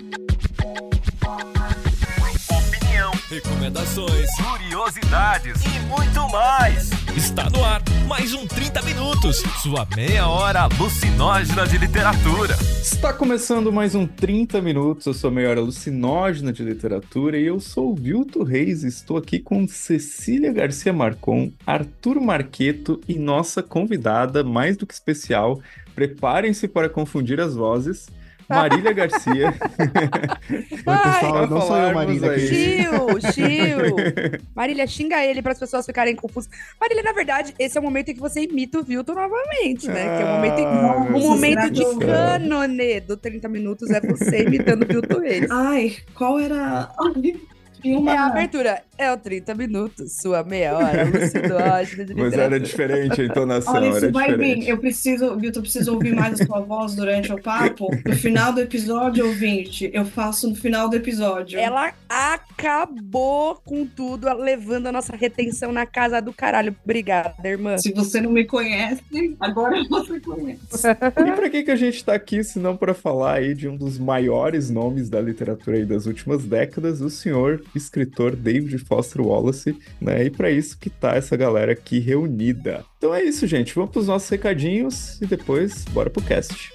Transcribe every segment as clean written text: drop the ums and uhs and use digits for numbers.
Opinião, recomendações, curiosidades e muito mais. Está no ar mais um 30 Minutos, sua meia hora alucinógena de literatura. Está começando mais um 30 Minutos, a sua meia hora alucinógena de literatura, e eu sou o Vilto Reis, estou aqui com Cecília Garcia Marcon, Arthur Marqueto e nossa convidada mais do que especial, preparem-se para confundir as vozes, Marília Garcia. Oi, pessoal, não sou eu, Marília. Chiu. Marília, xinga ele para as pessoas ficarem confusas. Marília, na verdade, esse é o momento em que você imita o Vilton novamente, né? Que é o momento de cânone do 30 Minutos, é você imitando o Vilton Reis. Ai, qual era... É a abertura, é o 30 Minutos, sua meia hora alucinógena de literatura. Mas era diferente a entonação, olha, isso era vai diferente. vir. Vilton, eu preciso ouvir mais a sua voz durante o papo. No final do episódio, ouvinte, eu faço no final do episódio. Ela acabou com tudo, levando a nossa retenção na casa do caralho. Obrigada, irmã. Se você não me conhece, agora você conhece. E pra que a gente tá aqui, se não pra falar aí de um dos maiores nomes da literatura aí das últimas décadas, o senhor escritor David Foster Wallace, né? E para isso que tá essa galera aqui reunida. Então é isso, gente. Vamos pros nossos recadinhos e depois bora pro cast.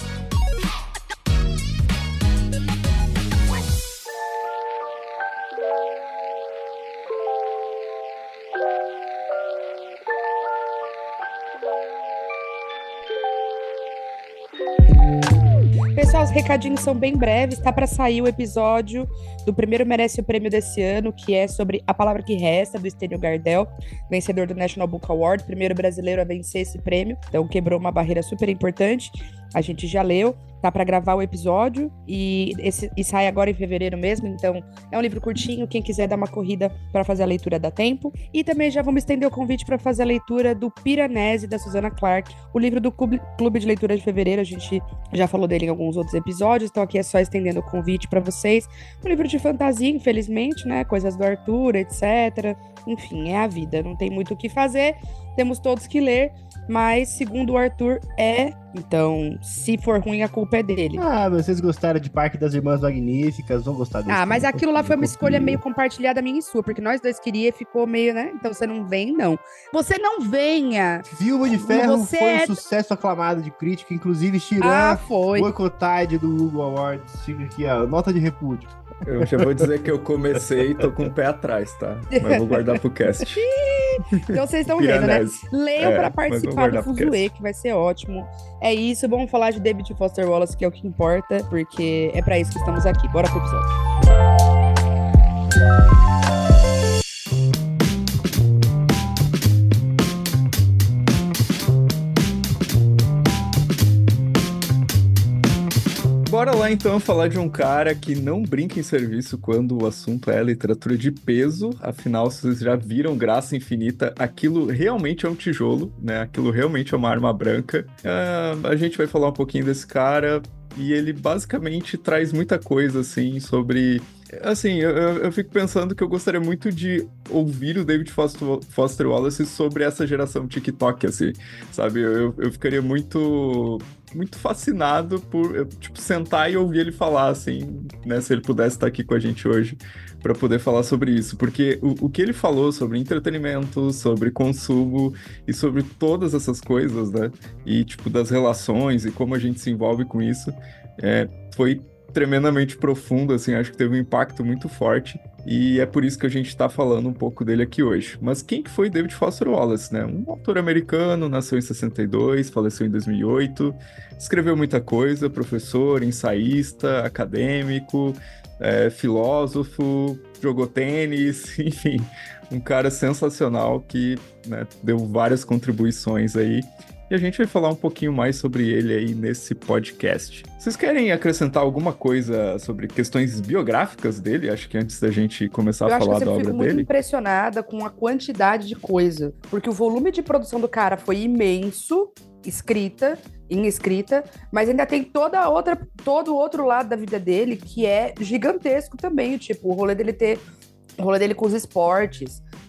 Pessoal, os recadinhos são bem breves, tá para sair o episódio do Primeiro Merece o Prêmio desse ano, que é sobre A Palavra que Resta, do Stênio Gardel, vencedor do National Book Award, primeiro brasileiro a vencer esse prêmio, então quebrou uma barreira super importante. A gente já leu, tá para gravar o episódio e sai agora em fevereiro mesmo, então é um livro curtinho, quem quiser dar uma corrida para fazer a leitura dá tempo. E também já vamos estender o convite para fazer a leitura do Piranesi, da Susanna Clarke, o livro do Clube de Leitura de Fevereiro, a gente já falou dele em alguns outros episódios, então aqui é só estendendo o convite para vocês. Um livro de fantasia, infelizmente, né, coisas do Arthur, etc. Enfim, é a vida, não tem muito o que fazer, temos todos que ler, mas segundo o Arthur então, se for ruim, a culpa é dele. Vocês gostaram de Parque das Irmãs Magníficas, vão gostar desse mas aquilo lá foi uma escolha meio compartilhada minha e sua, porque nós dois queríamos e ficou meio, né? Então você não vem, não. Você não venha! Viúva de Ferro foi um sucesso aclamado de crítica, inclusive Chiran, boicotade do Hugo Awards. Fica aqui a nota de repúdio. Eu já vou dizer que eu comecei e tô com o pé atrás, tá? Mas vou guardar pro cast. Então vocês estão vendo, né? Leiam pra participar do Fuzuê, que vai ser ótimo. É isso, vamos falar de David Foster Wallace, que é o que importa, porque é pra isso que estamos aqui. Bora pro episódio. Bora lá então falar de um cara que não brinca em serviço quando o assunto é literatura de peso. Afinal, se vocês já viram Graça Infinita, aquilo realmente é um tijolo, né? Aquilo realmente é uma arma branca. A gente vai falar um pouquinho desse cara e ele basicamente traz muita coisa, assim, sobre... Assim, eu fico pensando que eu gostaria muito de ouvir o David Foster Wallace sobre essa geração TikTok, assim, sabe? Eu ficaria muito fascinado por, sentar e ouvir ele falar, assim, né? Se ele pudesse estar aqui com a gente hoje para poder falar sobre isso. Porque o que ele falou sobre entretenimento, sobre consumo e sobre todas essas coisas, né? E, das relações e como a gente se envolve com isso, foi tremendamente profundo, assim, acho que teve um impacto muito forte e é por isso que a gente está falando um pouco dele aqui hoje. Mas quem que foi David Foster Wallace, né? Um autor americano, nasceu em 62, faleceu em 2008, escreveu muita coisa, professor, ensaísta, acadêmico, filósofo, jogou tênis, enfim, um cara sensacional que, né, deu várias contribuições aí. E a gente vai falar um pouquinho mais sobre ele aí nesse podcast. Vocês querem acrescentar alguma coisa sobre questões biográficas dele? Acho que antes da gente começar a falar da obra dele. Eu fico muito impressionada com a quantidade de coisa, porque o volume de produção do cara foi imenso, em escrita, mas ainda tem todo o outro lado da vida dele que é gigantesco também, o rolê dele com os esportes,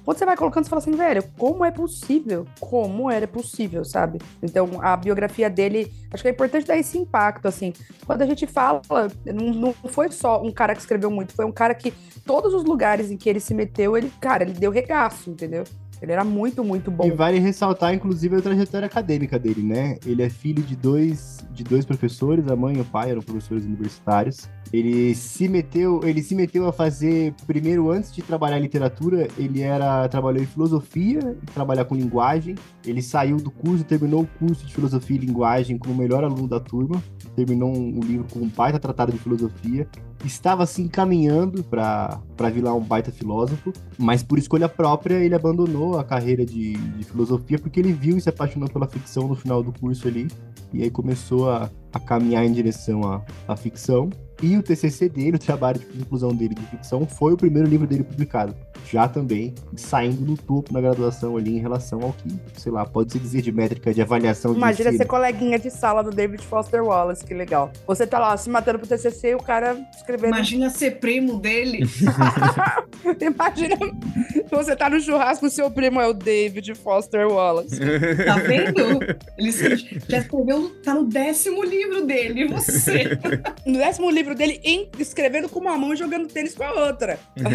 quando você vai colocando, você fala assim, velho, como é possível? Como era possível, sabe? Então, a biografia dele, acho que é importante dar esse impacto, assim. Quando a gente fala, não foi só um cara que escreveu muito, foi um cara que todos os lugares em que ele se meteu, ele deu regaço, entendeu? Ele era muito, muito bom. E vale ressaltar, inclusive, a trajetória acadêmica dele, né? Ele é filho de dois professores, a mãe e o pai eram professores universitários. Ele se meteu a fazer, primeiro, antes de trabalhar em literatura, trabalhou em filosofia, trabalhar com linguagem. Ele saiu do curso, terminou o curso de filosofia e linguagem como o melhor aluno da turma. Terminou um livro com um baita tratado de filosofia. Estava se encaminhando para virar um baita filósofo, mas por escolha própria ele abandonou a carreira de filosofia porque ele viu e se apaixonou pela ficção no final do curso ali, e aí começou a caminhar em direção à ficção. E o TCC dele, o trabalho de conclusão dele de ficção, foi o primeiro livro dele publicado. Já também saindo no topo na graduação ali em relação ao que, sei lá, pode-se dizer de métrica de avaliação. Imagina ser coleguinha de sala do David Foster Wallace, que legal. Você tá lá se matando pro TCC e o cara escrevendo... Imagina ser primo dele. Imagina, você tá no churrasco, o seu primo é o David Foster Wallace. Tá vendo? Ele já escreveu, tá no 10º livro dele, e você? No 10º livro dele, escrevendo com uma mão e jogando tênis com a outra.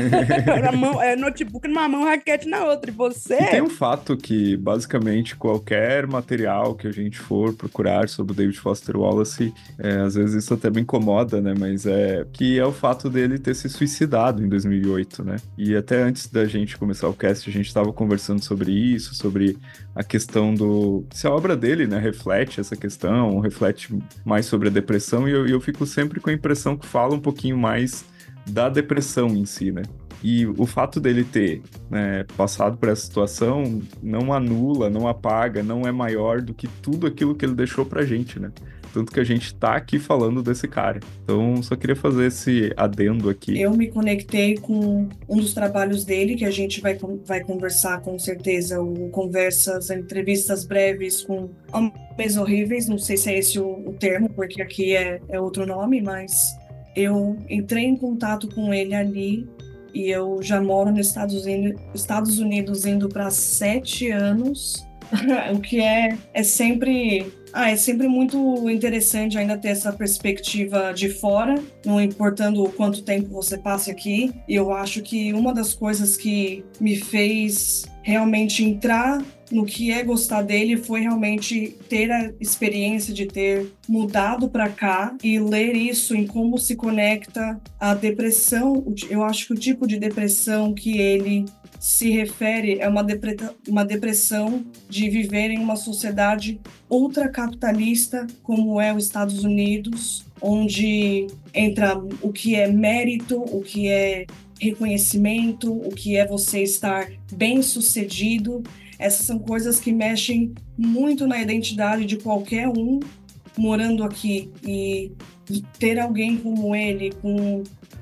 Notebook numa mão, raquete na outra. E você... E tem um fato que, basicamente, qualquer material que a gente for procurar sobre o David Foster Wallace, às vezes isso até me incomoda, né? Mas é o fato dele ter se suicidado em 2008, né? E até antes da gente começar o cast, a gente estava conversando sobre isso, sobre a questão se a obra dele, né, reflete essa questão, reflete mais sobre a depressão, e eu fico sempre com a impressão que fala um pouquinho mais da depressão em si, né? E o fato dele ter, né, passado por essa situação não anula, não apaga, não é maior do que tudo aquilo que ele deixou pra gente, né? Tanto que a gente tá aqui falando desse cara. Então, só queria fazer esse adendo aqui. Eu me conectei com um dos trabalhos dele, que a gente vai conversar com certeza, conversas, entrevistas breves com Homens Horríveis, não sei se é esse o termo, porque aqui é outro nome, mas eu entrei em contato com ele ali, e eu já moro nos Estados Unidos indo para 7 anos, o que é sempre muito interessante ainda ter essa perspectiva de fora, não importando o quanto tempo você passe aqui. E eu acho que uma das coisas que me fez realmente entrar no que é gostar dele foi realmente ter a experiência de ter mudado para cá e ler isso em como se conecta a depressão. Eu acho que o tipo de depressão que ele se refere é uma depressão de viver em uma sociedade ultracapitalista como é os Estados Unidos, onde entra o que é mérito, o que é reconhecimento, o que é você estar bem-sucedido. Essas são coisas que mexem muito na identidade de qualquer um morando aqui. E ter alguém como ele, com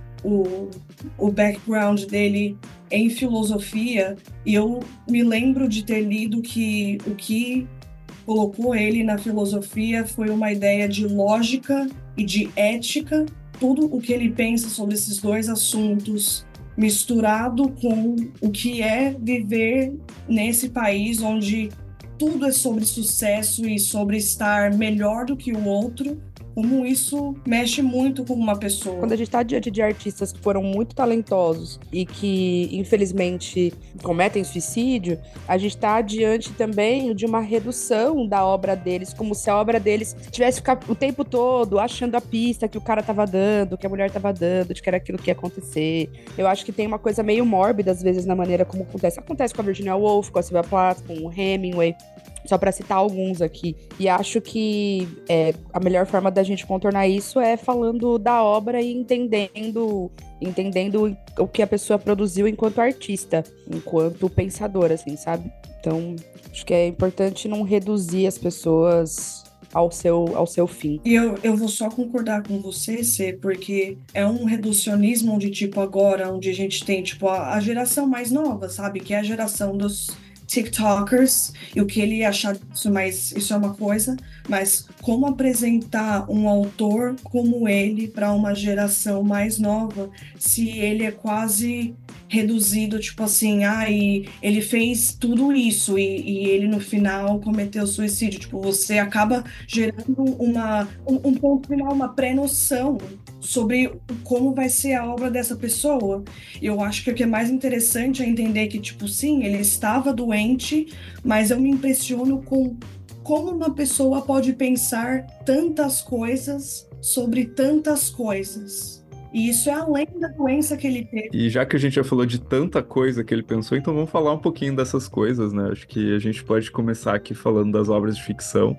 o background dele em filosofia, e eu me lembro de ter lido que o que colocou ele na filosofia foi uma ideia de lógica e de ética. Tudo o que ele pensa sobre esses dois assuntos, misturado com o que é viver nesse país onde tudo é sobre sucesso e sobre estar melhor do que o outro, como isso mexe muito com uma pessoa. Quando a gente está diante de artistas que foram muito talentosos e que, infelizmente, cometem suicídio, a gente está diante também de uma redução da obra deles, como se a obra deles tivesse ficado o tempo todo achando a pista que o cara estava dando, que a mulher estava dando, de que era aquilo que ia acontecer. Eu acho que tem uma coisa meio mórbida, às vezes, na maneira como acontece. Acontece com a Virginia Woolf, com a Sylvia Plath, com o Hemingway, só para citar alguns aqui. E acho que a melhor forma da gente contornar isso é falando da obra e entendendo o que a pessoa produziu enquanto artista, enquanto pensador, assim, sabe? Então, acho que é importante não reduzir as pessoas ao seu fim. E eu vou só concordar com você, Cê, porque é um reducionismo de tipo agora, onde a gente tem tipo a geração mais nova, sabe? Que é a geração dos TikTokers, e o que ele achar disso, mas isso é uma coisa, mas como apresentar um autor como ele para uma geração mais nova, se ele é quase reduzido, tipo assim, e ele fez tudo isso e ele no final cometeu suicídio. Tipo, você acaba gerando um ponto final, uma pré-noção sobre como vai ser a obra dessa pessoa. Eu acho que o que é mais interessante é entender que, tipo, sim, ele estava doente, mas eu me impressiono com como uma pessoa pode pensar tantas coisas sobre tantas coisas. E isso é além da doença que ele teve. E já que a gente já falou de tanta coisa que ele pensou, então vamos falar um pouquinho dessas coisas, né? Acho que a gente pode começar aqui falando das obras de ficção.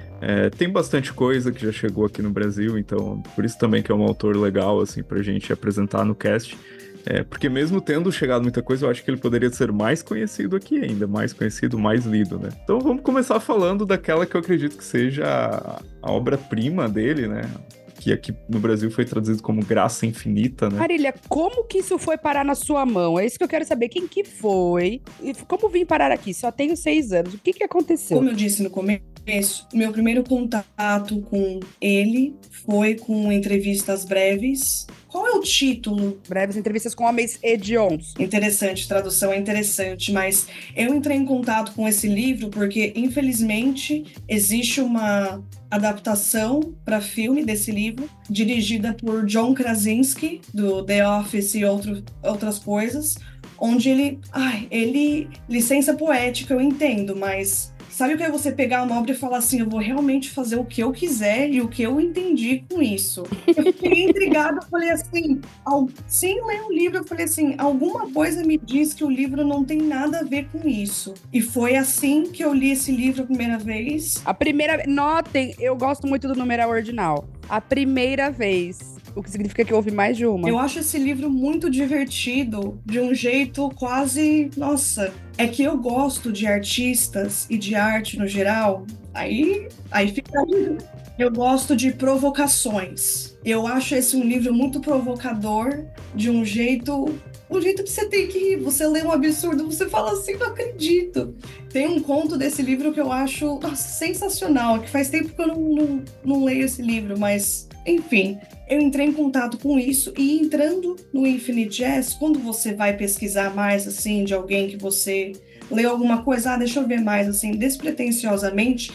Tem bastante coisa que já chegou aqui no Brasil, então por isso também que é um autor legal, assim, pra gente apresentar no cast. Porque mesmo tendo chegado muita coisa, eu acho que ele poderia ser mais conhecido aqui ainda, mais conhecido, mais lido, né? Então vamos começar falando daquela que eu acredito que seja a obra-prima dele, né? Que aqui no Brasil foi traduzido como Graça Infinita, né? Marília, como que isso foi parar na sua mão? É isso que eu quero saber. Quem que foi? E como vim parar aqui? Só tenho 6 anos. O que que aconteceu? Como eu disse no começo, meu primeiro contato com ele foi com entrevistas breves. Qual é o título? Breves entrevistas com homens hediondos. Interessante, tradução é interessante, mas eu entrei em contato com esse livro porque, infelizmente, existe uma adaptação para filme desse livro, dirigida por John Krasinski, do The Office e outras coisas, onde ele... Licença poética, eu entendo, mas... Sabe o que é você pegar uma obra e falar assim, eu vou realmente fazer o que eu quiser e o que eu entendi com isso? Eu fiquei intrigada, eu falei assim, sem ler o livro, eu falei assim, alguma coisa me diz que o livro não tem nada a ver com isso. E foi assim que eu li esse livro a primeira vez. Notem, eu gosto muito do numeral ordinal. A primeira vez. O que significa que houve mais de uma. Eu acho esse livro muito divertido, de um jeito quase... Nossa, é que eu gosto de artistas e de arte no geral. Aí fica... Eu gosto de provocações. Eu acho esse um livro muito provocador, de um jeito... Um jeito que você tem que rir. Você lê um absurdo, você fala assim, não acredito. Tem um conto desse livro que eu acho sensacional, que faz tempo que eu não leio esse livro, mas... Enfim, eu entrei em contato com isso e entrando no Infinite Jest, quando você vai pesquisar mais, assim, de alguém que você leu alguma coisa, deixa eu ver mais, assim, despretensiosamente,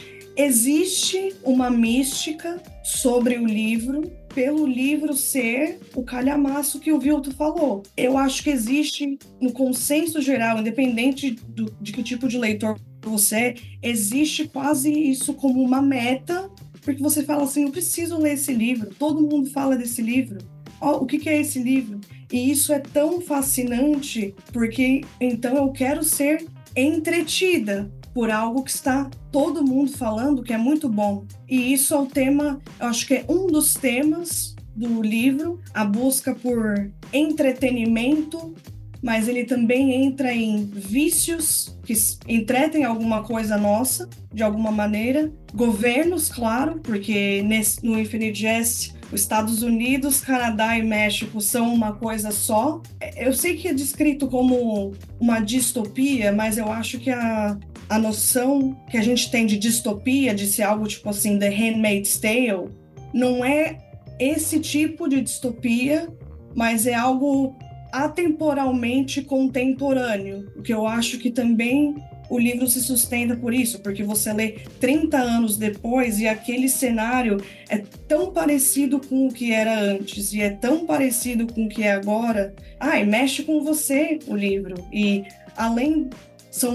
existe uma mística sobre o livro, pelo livro ser o calhamaço que o Vilto falou. Eu acho que existe, no consenso geral, independente de que tipo de leitor você é, existe quase isso como uma meta, porque você fala assim, eu preciso ler esse livro, todo mundo fala desse livro, o que é esse livro? E isso é tão fascinante, porque então eu quero ser entretida por algo que está todo mundo falando, que é muito bom. E isso é o tema, eu acho que é um dos temas do livro, a busca por entretenimento, mas ele também entra em vícios que entretem alguma coisa nossa, de alguma maneira. Governos, claro, porque no Infinite Jest, os Estados Unidos, Canadá e México são uma coisa só. Eu sei que é descrito como uma distopia, mas eu acho que a noção que a gente tem de distopia, de ser algo tipo assim, The Handmaid's Tale, não é esse tipo de distopia, mas é algo atemporalmente contemporâneo, o que eu acho que também o livro se sustenta por isso, porque você lê 30 anos depois e aquele cenário é tão parecido com o que era antes e é tão parecido com o que é agora. E mexe com você o livro. E além, são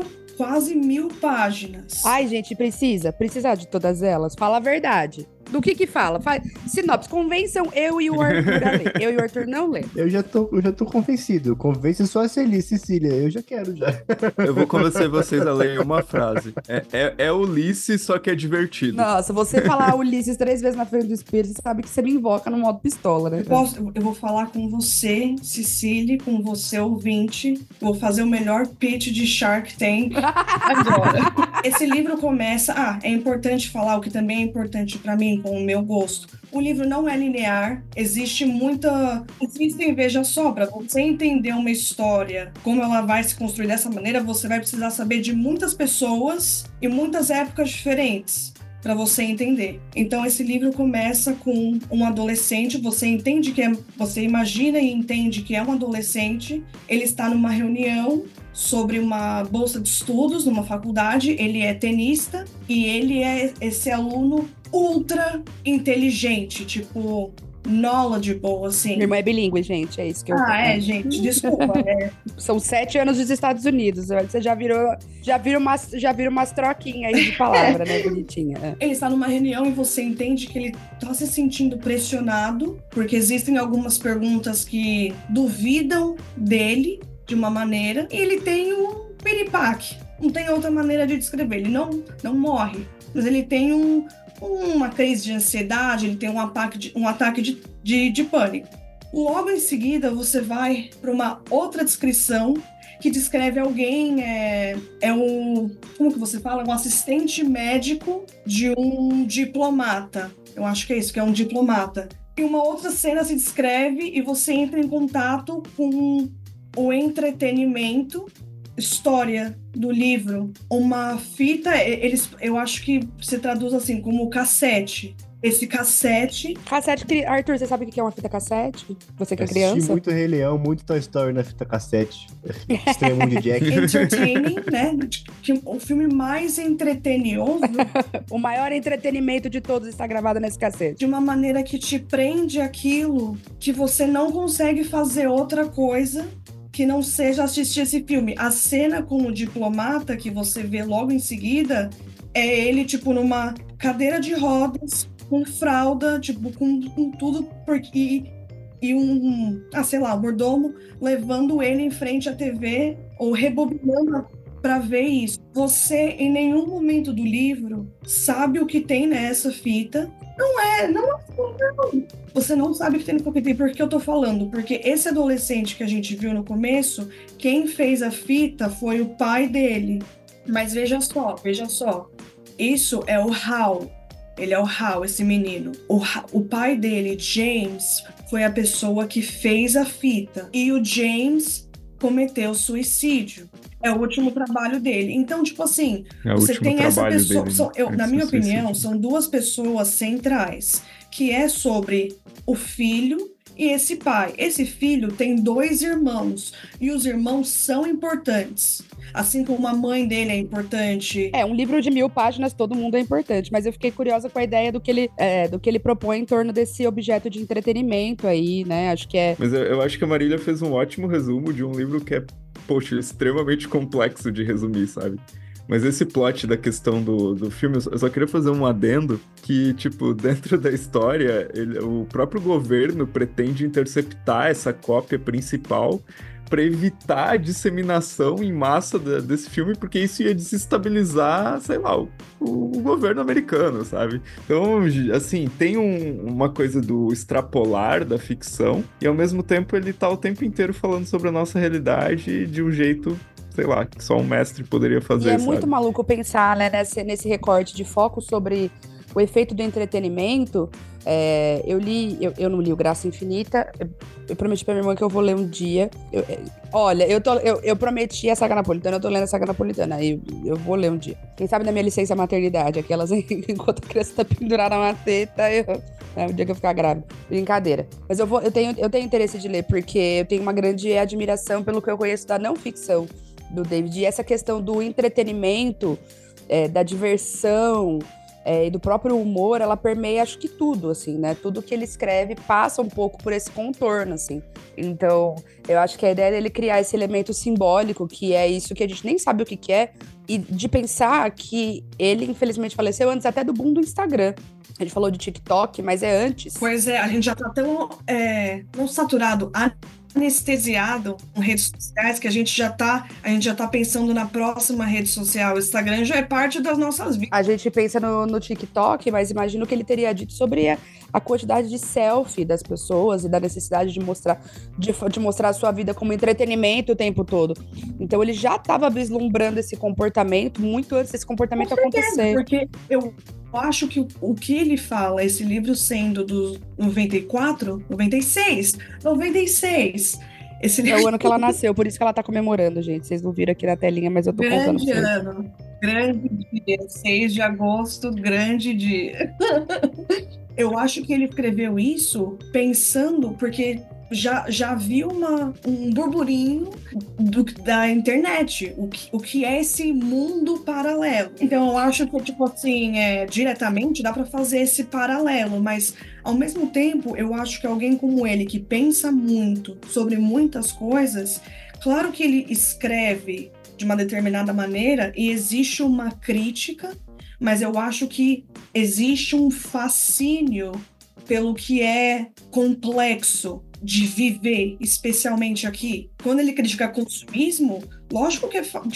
quase 1000 páginas. Ai, gente, precisa de todas elas. Fala a verdade. Do que fala? Sinopse, convençam eu e o Arthur a ler. Eu e o Arthur não lê. Eu já tô convencido. Convence só a Cecília. Eu já quero, já. Eu vou convencer vocês a lerem uma frase. É Ulisses, só que é divertido. Nossa, você falar Ulisses 3 vezes na frente do espelho, você sabe que você me invoca no modo pistola, né? Eu vou falar com você, Cecília, com você, ouvinte. Vou fazer o melhor pitch de Shark Tank agora. Esse livro começa... é importante falar o que também é importante pra mim, com o meu gosto. O livro não é linear, veja só, para você entender uma história, como ela vai se construir dessa maneira, você vai precisar saber de muitas pessoas e muitas épocas diferentes. para você entender. Então esse livro começa com um adolescente, você imagina e entende que é um adolescente, ele está numa reunião sobre uma bolsa de estudos numa faculdade, ele é tenista e ele é esse aluno ultra inteligente, tipo knowledgeable, assim. Minha irmã é bilíngue, gente, é isso que eu... gente, desculpa. São 7 anos dos Estados Unidos, você já vira umas troquinhas aí de palavra, né, bonitinha. Ele está numa reunião e você entende que ele está se sentindo pressionado, porque existem algumas perguntas que duvidam dele de uma maneira, e ele tem um piripaque, não tem outra maneira de descrever, ele não morre, mas ele tem uma crise de ansiedade, ele tem um ataque de pânico. Logo em seguida, você vai para uma outra descrição que descreve alguém, como que você fala? Um assistente médico de um diplomata. Eu acho que é isso, que é um diplomata. E uma outra cena se descreve e você entra em contato com o entretenimento, história do livro, uma fita, eu acho que se traduz assim como cassete. Esse cassete... Arthur, você sabe o que é uma fita cassete? Você que é Assisti criança? muito Rei Leão, muito Toy Story na fita cassete. Estranho Mundo de Jack. Entertaining, né? O filme mais entretenioso. O maior entretenimento de todos está gravado nesse cassete. De uma maneira que te prende aquilo, que você não consegue fazer outra coisa que não seja assistir esse filme. A cena com o diplomata que você vê logo em seguida é ele, tipo, numa cadeira de rodas, com fralda, tipo, com tudo, e um mordomo levando ele em frente à TV ou rebobinando para ver isso. Você, em nenhum momento do livro, sabe o que tem nessa fita. Não. Você não sabe o que tem no fita. E por que eu tô falando? Porque esse adolescente que a gente viu no começo, quem fez a fita foi o pai dele. Mas veja só. Isso é o Hal. Ele é o Hal, esse menino. O pai dele, James, foi a pessoa que fez a fita. E o James cometeu suicídio. É o último trabalho dele. Então, tipo assim, você tem essa pessoa... na minha opinião, são duas pessoas centrais, que é sobre o filho e esse pai. Esse filho tem 2 irmãos, e os irmãos são importantes. Assim como a mãe dele é importante. Um livro de 1000 páginas, todo mundo é importante, mas eu fiquei curiosa com a ideia do que ele propõe em torno desse objeto de entretenimento aí, né? Acho que é... Mas eu acho que a Marília fez um ótimo resumo de um livro que é, extremamente complexo de resumir, sabe? Mas esse plot da questão do filme, eu só queria fazer um adendo que, tipo, dentro da história, o próprio governo pretende interceptar essa cópia principal para evitar a disseminação em massa desse filme, porque isso ia desestabilizar, sei lá, o governo americano, sabe? Então, assim, tem uma coisa do extrapolar da ficção, e ao mesmo tempo ele tá o tempo inteiro falando sobre a nossa realidade de um jeito, sei lá, que só um mestre poderia fazer, sabe? Muito maluco pensar, né, nesse recorte de foco sobre o efeito do entretenimento. Eu não li o Graça Infinita, eu prometi pra minha irmã que eu vou ler um dia. Eu prometi a Saga Napolitana, eu tô lendo a Saga Napolitana, aí eu vou ler um dia. Quem sabe na minha licença maternidade, aquelas enquanto a criança tá pendurada na teta, o dia que eu ficar grávida. Brincadeira. Mas eu tenho interesse de ler, porque eu tenho uma grande admiração pelo que eu conheço da não ficção do David, e essa questão do entretenimento, da diversão, e do próprio humor, ela permeia, acho que tudo, assim, né? Tudo que ele escreve passa um pouco por esse contorno, assim. Então, eu acho que a ideia dele criar esse elemento simbólico, que é isso que a gente nem sabe o que é, e de pensar que ele, infelizmente, faleceu antes até do boom do Instagram. A gente falou de TikTok, mas é antes. Pois é, a gente já tá tão saturado, anestesiado com redes sociais, que a gente já tá pensando na próxima rede social. O Instagram já é parte das nossas vidas. A gente pensa no TikTok, mas imagino que ele teria dito sobre a quantidade de selfie das pessoas e da necessidade de mostrar a sua vida como entretenimento o tempo todo. Então ele já estava vislumbrando esse comportamento muito antes desse comportamento acontecer. Porque eu acho que o que ele fala, esse livro sendo do 96. Esse é o ano que ela nasceu, por isso que ela tá comemorando, gente. Vocês não viram aqui na telinha, mas eu tô contando. Grande ano. Grande dia, 6 de agosto, grande dia. Eu acho que ele escreveu isso pensando, porque já havia um burburinho da internet, o que é esse mundo paralelo. Então eu acho que, tipo assim, diretamente dá para fazer esse paralelo, mas ao mesmo tempo eu acho que alguém como ele, que pensa muito sobre muitas coisas, claro que ele escreve de uma determinada maneira e existe uma crítica, mas eu acho que existe um fascínio pelo que é complexo de viver, especialmente aqui. Quando ele critica consumismo, lógico que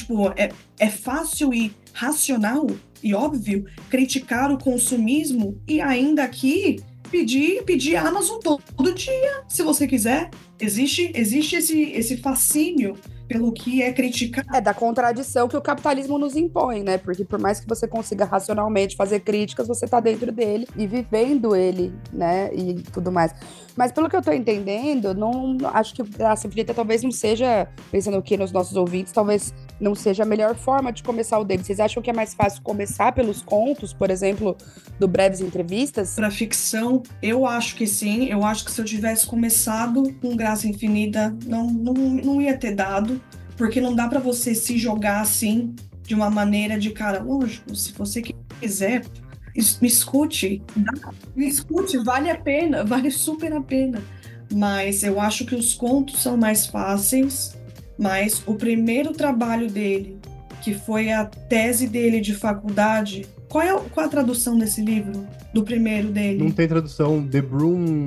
é fácil e racional e óbvio criticar o consumismo e ainda aqui pedir Amazon todo dia, se você quiser. Existe esse fascínio pelo que é criticar. É da contradição que o capitalismo nos impõe, né? Porque por mais que você consiga racionalmente fazer críticas, você tá dentro dele e vivendo ele, né? E tudo mais. Mas pelo que eu tô entendendo, não acho que Graça Infinita talvez não seja, pensando aqui nos nossos ouvintes, talvez não seja a melhor forma de começar o dele. Vocês acham que é mais fácil começar pelos contos, por exemplo, do Breves Entrevistas? Para ficção, eu acho que sim. Eu acho que se eu tivesse começado com Graça Infinita, não ia ter dado, porque não dá para você se jogar assim de uma maneira de cara, lógico, se você quiser, me escute, vale a pena, vale super a pena. Mas eu acho que os contos são mais fáceis, mas o primeiro trabalho dele, que foi a tese dele de faculdade, qual a tradução desse livro? Do primeiro dele? Não tem tradução. The Broom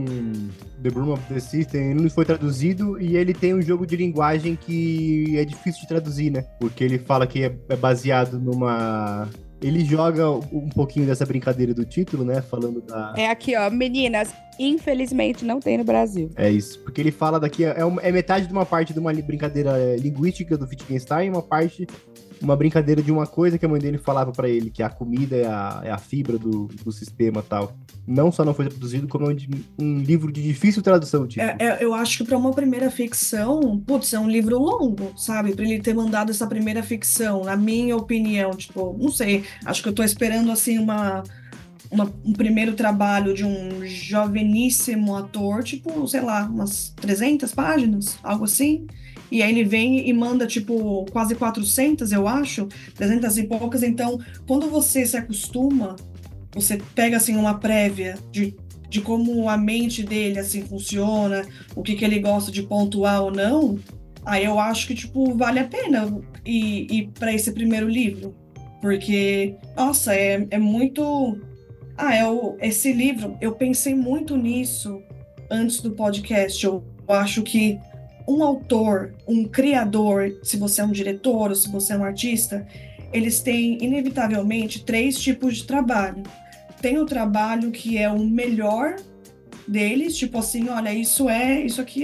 of the System não foi traduzido e ele tem um jogo de linguagem que é difícil de traduzir, né? Porque ele fala que é baseado numa... Ele joga um pouquinho dessa brincadeira do título, né? Falando da... É aqui, ó. Meninas, infelizmente não tem no Brasil. É isso. Porque ele fala daqui... É metade de uma parte de uma brincadeira linguística do Wittgenstein e uma brincadeira de uma coisa que a mãe dele falava pra ele, que a comida é a fibra do sistema e tal. Não só não foi traduzido, como um livro de difícil tradução. Tipo. Eu acho que para uma primeira ficção, putz, é um livro longo, sabe? Para ele ter mandado essa primeira ficção, na minha opinião, tipo, não sei, acho que eu tô esperando, assim, um primeiro trabalho de um joveníssimo ator, tipo, sei lá, umas 300 páginas, algo assim. E aí ele vem e manda, tipo, quase 400, eu acho, 300 e poucas. Então, quando você se acostuma, você pega, assim, uma prévia de como a mente dele, assim, funciona, o que ele gosta de pontuar ou não, aí eu acho que, tipo, vale a pena ir para esse primeiro livro. Porque, nossa, é muito... esse livro, eu pensei muito nisso antes do podcast. Eu acho que um autor, um criador, se você é um diretor ou se você é um artista, eles têm, inevitavelmente, 3 tipos de trabalho. Tem o trabalho que é o melhor deles, tipo assim, olha, isso aqui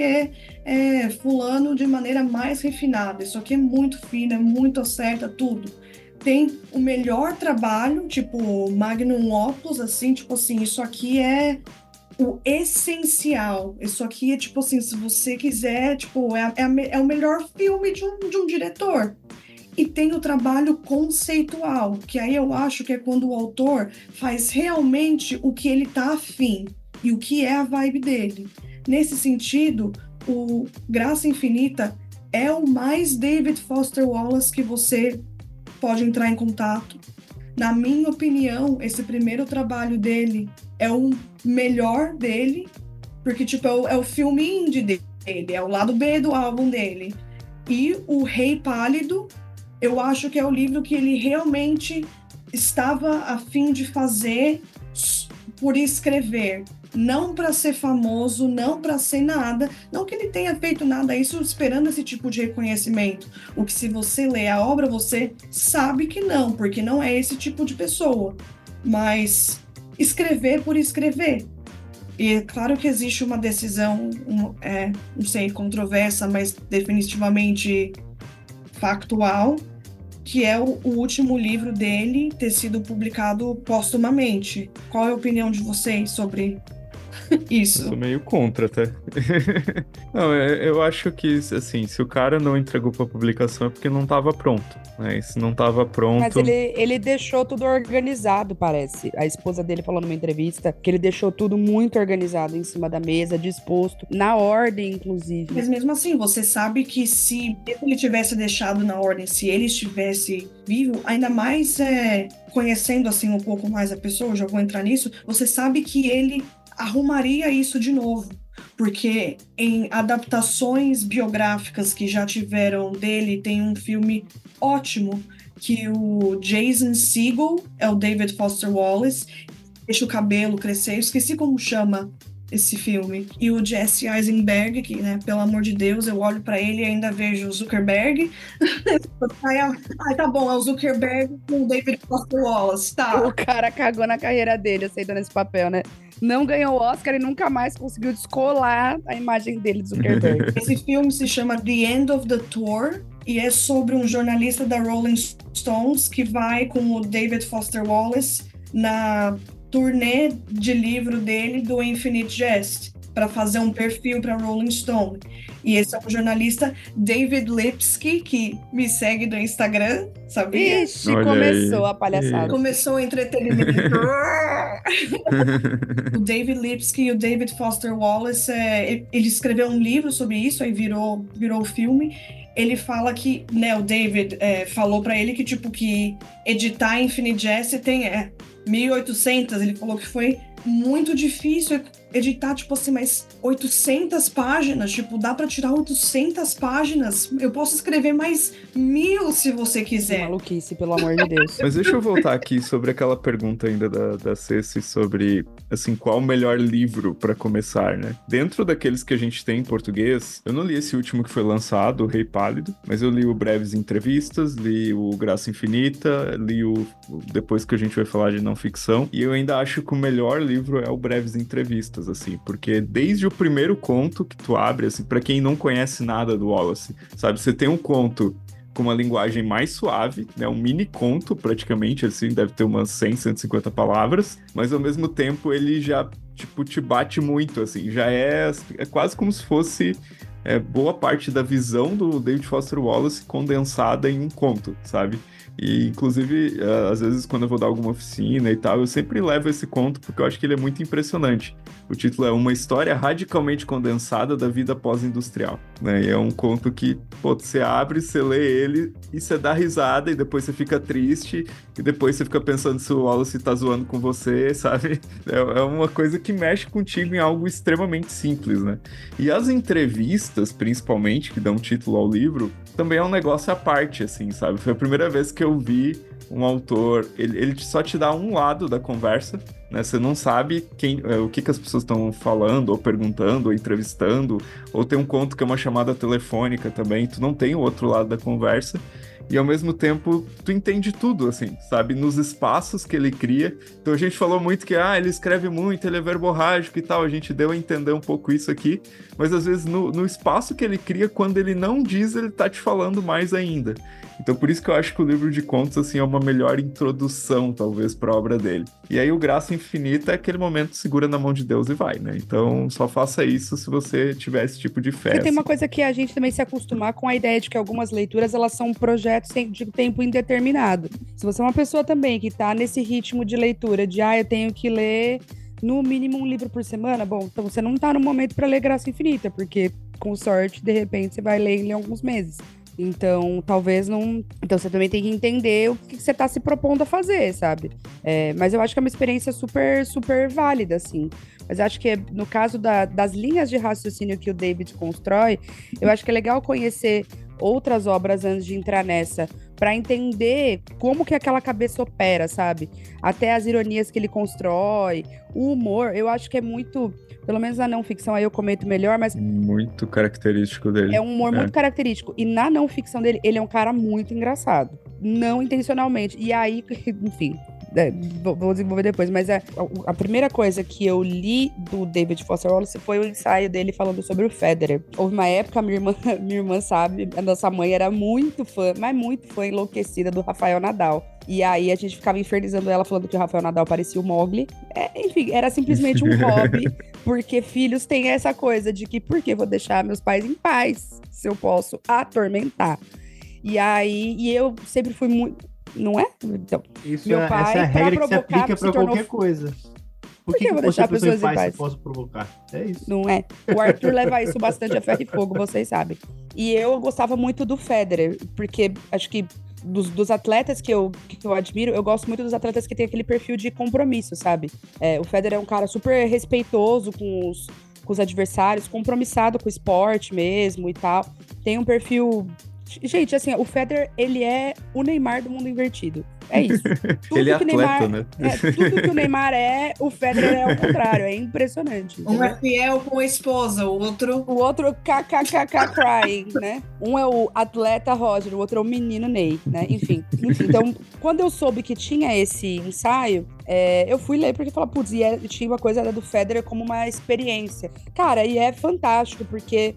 é fulano de maneira mais refinada, isso aqui é muito fino, é muito acerta, tudo. Tem o melhor trabalho, tipo magnum opus, assim, tipo assim, isso aqui é o essencial. Isso aqui é tipo assim, se você quiser, tipo, é o melhor filme de um diretor. E tem o trabalho conceitual, que aí eu acho que é quando o autor faz realmente o que ele tá afim e o que é a vibe dele. Nesse sentido, o Graça Infinita é o mais David Foster Wallace que você pode entrar em contato. Na minha opinião, esse primeiro trabalho dele é o melhor dele, porque tipo, é o filme indie dele, é o lado B do álbum dele. E o Rei Pálido, eu acho que é o livro que ele realmente estava a fim de fazer por escrever. Não para ser famoso, não para ser nada. Não que ele tenha feito nada isso esperando esse tipo de reconhecimento. O que se você lê a obra, você sabe que não, porque não é esse tipo de pessoa. Mas escrever por escrever. E é claro que existe uma decisão, não sei, controversa, mas definitivamente factual, que é o último livro dele ter sido publicado póstumamente. Qual é a opinião de vocês sobre Eu Isso. sou meio contra, até. Não, eu acho que, assim, se o cara não entregou pra publicação é porque não tava pronto, né? E se não tava pronto... Mas ele deixou tudo organizado, parece. A esposa dele falou numa entrevista que ele deixou tudo muito organizado em cima da mesa, disposto, na ordem, inclusive. Mas mesmo assim, você sabe que se ele tivesse deixado na ordem, se ele estivesse vivo, ainda mais conhecendo assim um pouco mais a pessoa, já vou entrar nisso, você sabe que ele arrumaria isso de novo. Porque em adaptações biográficas que já tiveram dele, tem um filme ótimo que o Jason Segel é o David Foster Wallace, deixa o cabelo crescer, eu esqueci como chama esse filme. E o Jesse Eisenberg, que, né, pelo amor de Deus, eu olho pra ele e ainda vejo o Zuckerberg. Tá bom, é o Zuckerberg com o David Foster Wallace, tá. O cara cagou na carreira dele aceitando esse papel, né? Não ganhou o Oscar e nunca mais conseguiu descolar a imagem dele de Zuckerberg. Esse filme se chama The End of the Tour e é sobre um jornalista da Rolling Stones que vai com o David Foster Wallace na turnê de livro dele do Infinite Jest para fazer um perfil para Rolling Stone. E esse é um jornalista, David Lipsky, que me segue no Instagram, sabia? Ixi, Olha começou aí. a palhaçada. Começou o entretenimento. O David Lipsky e o David Foster Wallace, ele escreveu um livro sobre isso, aí virou o filme. Ele fala que, né, o David falou pra ele que, tipo, que editar Infinite Jest tem 1.800, ele falou que foi muito difícil editar, tipo assim, mais 800 páginas, tipo, dá pra tirar 800 páginas, eu posso escrever mais 1.000 se você Que quiser. maluquice, pelo amor de Deus. Mas deixa eu voltar aqui sobre aquela pergunta ainda da Ceci sobre, assim, qual o melhor livro pra começar, né? Dentro daqueles que a gente tem em português, eu não li esse último que foi lançado, O Rei Pálido, mas eu li o Breves Entrevistas, li o Graça Infinita, li o depois que a gente vai falar de não ficção, e eu ainda acho que o melhor livro é o Breves Entrevistas, assim, porque desde o primeiro conto que tu abre, assim, pra quem não conhece nada do Wallace, sabe, você tem um conto com uma linguagem mais suave, né, um mini conto, praticamente, assim, deve ter umas 100, 150 palavras, mas ao mesmo tempo ele já, tipo, te bate muito, assim, já é quase como se fosse boa parte da visão do David Foster Wallace condensada em um conto, sabe? E, inclusive, às vezes, quando eu vou dar alguma oficina e tal, eu sempre levo esse conto porque eu acho que ele é muito impressionante. O título é Uma História Radicalmente Condensada da Vida Pós-Industrial, né? E é um conto que, pô, você abre, você lê ele e você dá risada e depois você fica triste e depois você fica pensando se o Wallace tá zoando com você, sabe? É uma coisa que mexe contigo em algo extremamente simples, né? E as entrevistas, principalmente, que dão título ao livro, também é um negócio à parte, assim, sabe? Foi a primeira vez que eu vi um autor, ele só te dá um lado da conversa, né? Você não sabe o que as pessoas estão falando, ou perguntando, ou entrevistando, ou tem um conto que é uma chamada telefônica também, tu não tem o outro lado da conversa, e ao mesmo tempo tu entende tudo, assim, sabe? Nos espaços que ele cria. Então a gente falou muito que, ele escreve muito, ele é verborrágico e tal, a gente deu a entender um pouco isso aqui, mas às vezes no espaço que ele cria, quando ele não diz, ele tá te falando mais ainda. Então por isso que eu acho que o livro de contos, assim, é uma melhor introdução, talvez, para a obra dele. E aí o Graça Infinita é aquele momento segura na mão de Deus e vai, né? Então só faça isso se você tiver esse tipo de fé. E tem uma coisa que a gente também se acostumar com a ideia de que algumas leituras, elas são projetos de tempo indeterminado. Se você é uma pessoa também que tá nesse ritmo de leitura, de eu tenho que ler no mínimo um livro por semana, bom, então você não tá no momento para ler Graça Infinita, porque com sorte, de repente, você vai ler em alguns meses. Então, talvez não... Então, você também tem que entender o que você tá se propondo a fazer, sabe? Mas eu acho que é uma experiência super, super válida, assim. Mas acho que no caso das linhas de raciocínio que o David constrói, eu acho que é legal conhecer outras obras antes de entrar nessa, para entender como que aquela cabeça opera, sabe? Até as ironias que ele constrói, o humor, eu acho que é muito... Pelo menos na não ficção aí eu comento melhor, mas... Muito característico dele. É um humor muito característico. E na não ficção dele, ele é um cara muito engraçado. Não intencionalmente. E aí, enfim... vou desenvolver depois, mas a primeira coisa que eu li do David Foster Wallace foi o ensaio dele falando sobre o Federer. Houve uma época, minha irmã sabe, a nossa mãe era muito fã, mas muito fã, enlouquecida do Rafael Nadal. E aí a gente ficava infernizando ela, falando que o Rafael Nadal parecia o Mowgli. Enfim, era simplesmente um hobby, porque filhos têm essa coisa de que por que vou deixar meus pais em paz se eu posso atormentar? E aí, eu sempre fui muito... Não é? Então, meu pai, essa é a regra que se aplica pra tornou... qualquer coisa. Por que eu vou deixar pessoas em paz se eu posso provocar? É isso. Não é? O Arthur leva isso bastante a ferro e fogo, vocês sabem. E eu gostava muito do Federer, porque acho que dos atletas que eu admiro, eu gosto muito dos atletas que têm aquele perfil de compromisso, sabe? O Federer é um cara super respeitoso com os adversários, compromissado com o esporte mesmo e tal. Tem um perfil... Gente, assim, o Federer, ele é o Neymar do mundo invertido. É isso. Tudo ele é que atleta, Neymar, né? Tudo que o Neymar o Federer é ao contrário. É impressionante. Um é fiel com a esposa, o outro... O outro kkkk crying, né? Um é o atleta Roger, o outro é o menino Ney, né? Enfim. Então, quando eu soube que tinha esse ensaio, eu fui ler porque falei, putz, tinha uma coisa do Federer como uma experiência. Cara, e é fantástico, porque...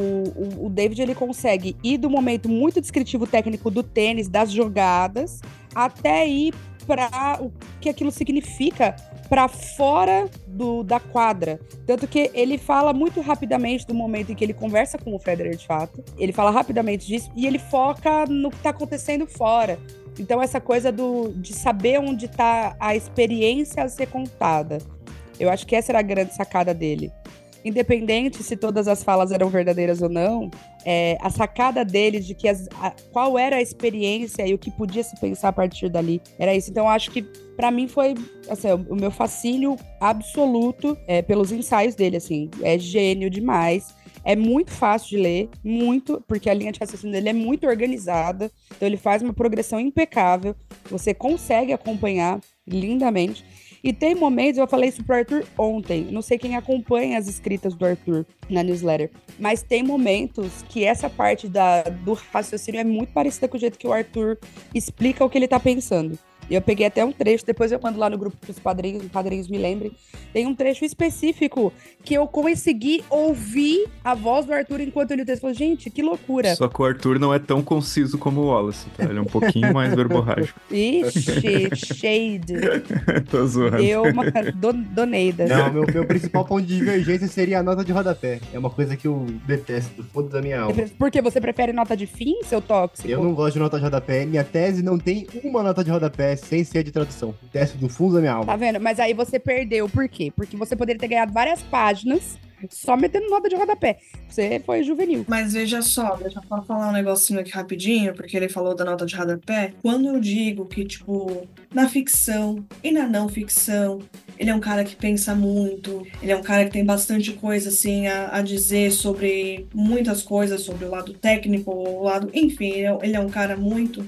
O David, ele consegue ir do momento muito descritivo técnico do tênis, das jogadas, até ir para o que aquilo significa para fora da quadra. Tanto que ele fala muito rapidamente do momento em que ele conversa com o Federer, de fato. Ele fala rapidamente disso e ele foca no que está acontecendo fora. Então, essa coisa de saber onde está a experiência a ser contada. Eu acho que essa era a grande sacada dele. Independente se todas as falas eram verdadeiras ou não, a sacada dele de que qual era a experiência e o que podia se pensar a partir dali, era isso. Então, acho que, pra mim, foi assim, o meu fascínio absoluto pelos ensaios dele, assim. É gênio demais. É muito fácil de ler, muito, porque a linha de raciocínio dele é muito organizada. Então, ele faz uma progressão impecável. Você consegue acompanhar lindamente. E tem momentos, eu falei isso pro Arthur ontem, não sei quem acompanha as escritas do Arthur na newsletter, mas tem momentos que essa parte do raciocínio é muito parecida com o jeito que o Arthur explica o que ele tá pensando. E eu peguei até um trecho, depois eu mando lá no grupo pros padrinhos me lembrem. Tem um trecho específico que eu consegui ouvir a voz do Arthur enquanto ele texto. Gente, que loucura. Só que o Arthur não é tão conciso como o Wallace, tá? Ele é um pouquinho mais verborrágico. Ixi, shade. Tô zoando. Deu uma doneida. Não, meu principal ponto de divergência seria a nota de rodapé. É uma coisa que eu detesto do fundo da minha alma. Porque você prefere nota de fim, seu tóxico? Eu não gosto de nota de rodapé. Minha tese não tem uma nota de rodapé sem ser de tradução. Teste do fundo da minha alma. Tá vendo? Mas aí você perdeu. Por quê? Porque você poderia ter ganhado várias páginas só metendo nota de rodapé. Você foi juvenil. Mas veja só, deixa eu falar um negocinho aqui rapidinho, porque ele falou da nota de rodapé. Quando eu digo que, tipo, na ficção e na não ficção, ele é um cara que pensa muito, ele é um cara que tem bastante coisa, assim, a dizer sobre muitas coisas, sobre o lado técnico, o lado... Enfim, ele é um cara muito...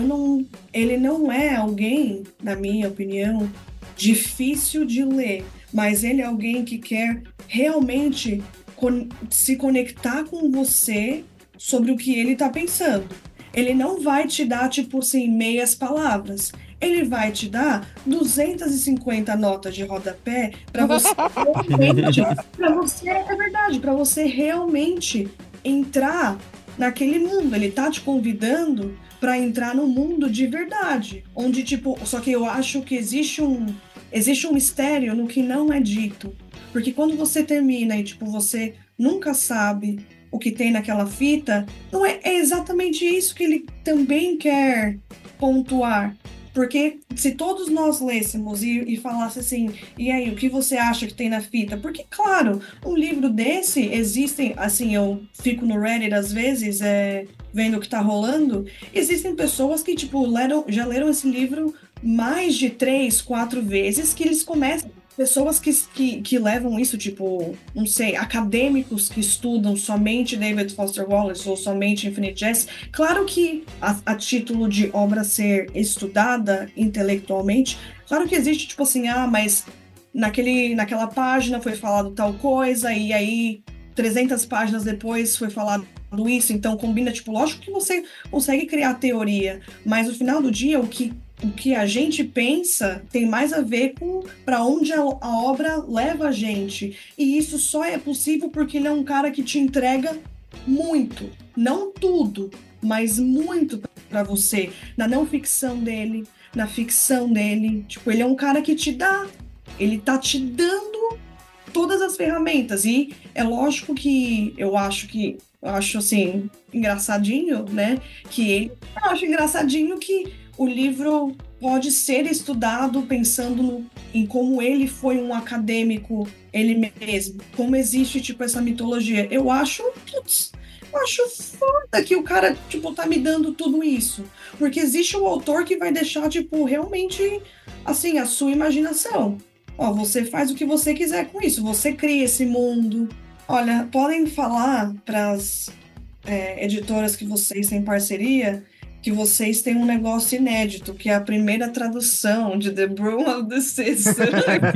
Ele não é alguém, na minha opinião, difícil de ler, mas ele é alguém que quer realmente se conectar com você sobre o que ele tá pensando. Ele não vai te dar, tipo assim, meias palavras. Ele vai te dar 250 notas de rodapé para você realmente, é verdade, para você realmente entrar naquele mundo. Ele tá te convidando para entrar no mundo de verdade, onde, tipo, só que eu acho que existe um mistério no que não é dito, porque quando você termina e, tipo, você nunca sabe o que tem naquela fita, não é exatamente isso que ele também quer pontuar. Porque se todos nós lêssemos e falasse assim, e aí, o que você acha que tem na fita? Porque, claro, um livro desse, existem, assim, eu fico no Reddit às vezes, vendo o que tá rolando, existem pessoas que, tipo, já leram esse livro mais de 3, 4 vezes, que eles começam... Pessoas que levam isso, tipo, não sei, acadêmicos que estudam somente David Foster Wallace ou somente Infinite Jest. Claro que a título de obra ser estudada intelectualmente, claro que existe, tipo assim, mas naquela página foi falado tal coisa, e aí 300 páginas depois foi falado isso, então combina, tipo, lógico que você consegue criar teoria, mas no final do dia, o que a gente pensa tem mais a ver com para onde a obra leva a gente. E isso só é possível porque ele é um cara que te entrega muito. Não tudo, mas muito para você. Na não ficção dele, na ficção dele. Tipo, ele é um cara que ele tá te dando todas as ferramentas. E é lógico que eu acho assim, engraçadinho, né? Eu acho engraçadinho que o livro pode ser estudado pensando em como ele foi um acadêmico, ele mesmo, como existe, tipo, essa mitologia. Eu acho foda que o cara, tipo, tá me dando tudo isso. Porque existe um autor que vai deixar, tipo, realmente, assim, a sua imaginação. Ó, você faz o que você quiser com isso, você cria esse mundo. Olha, podem falar para as editoras que vocês têm parceria que vocês têm um negócio inédito, que é a primeira tradução de The Broom of the Sister.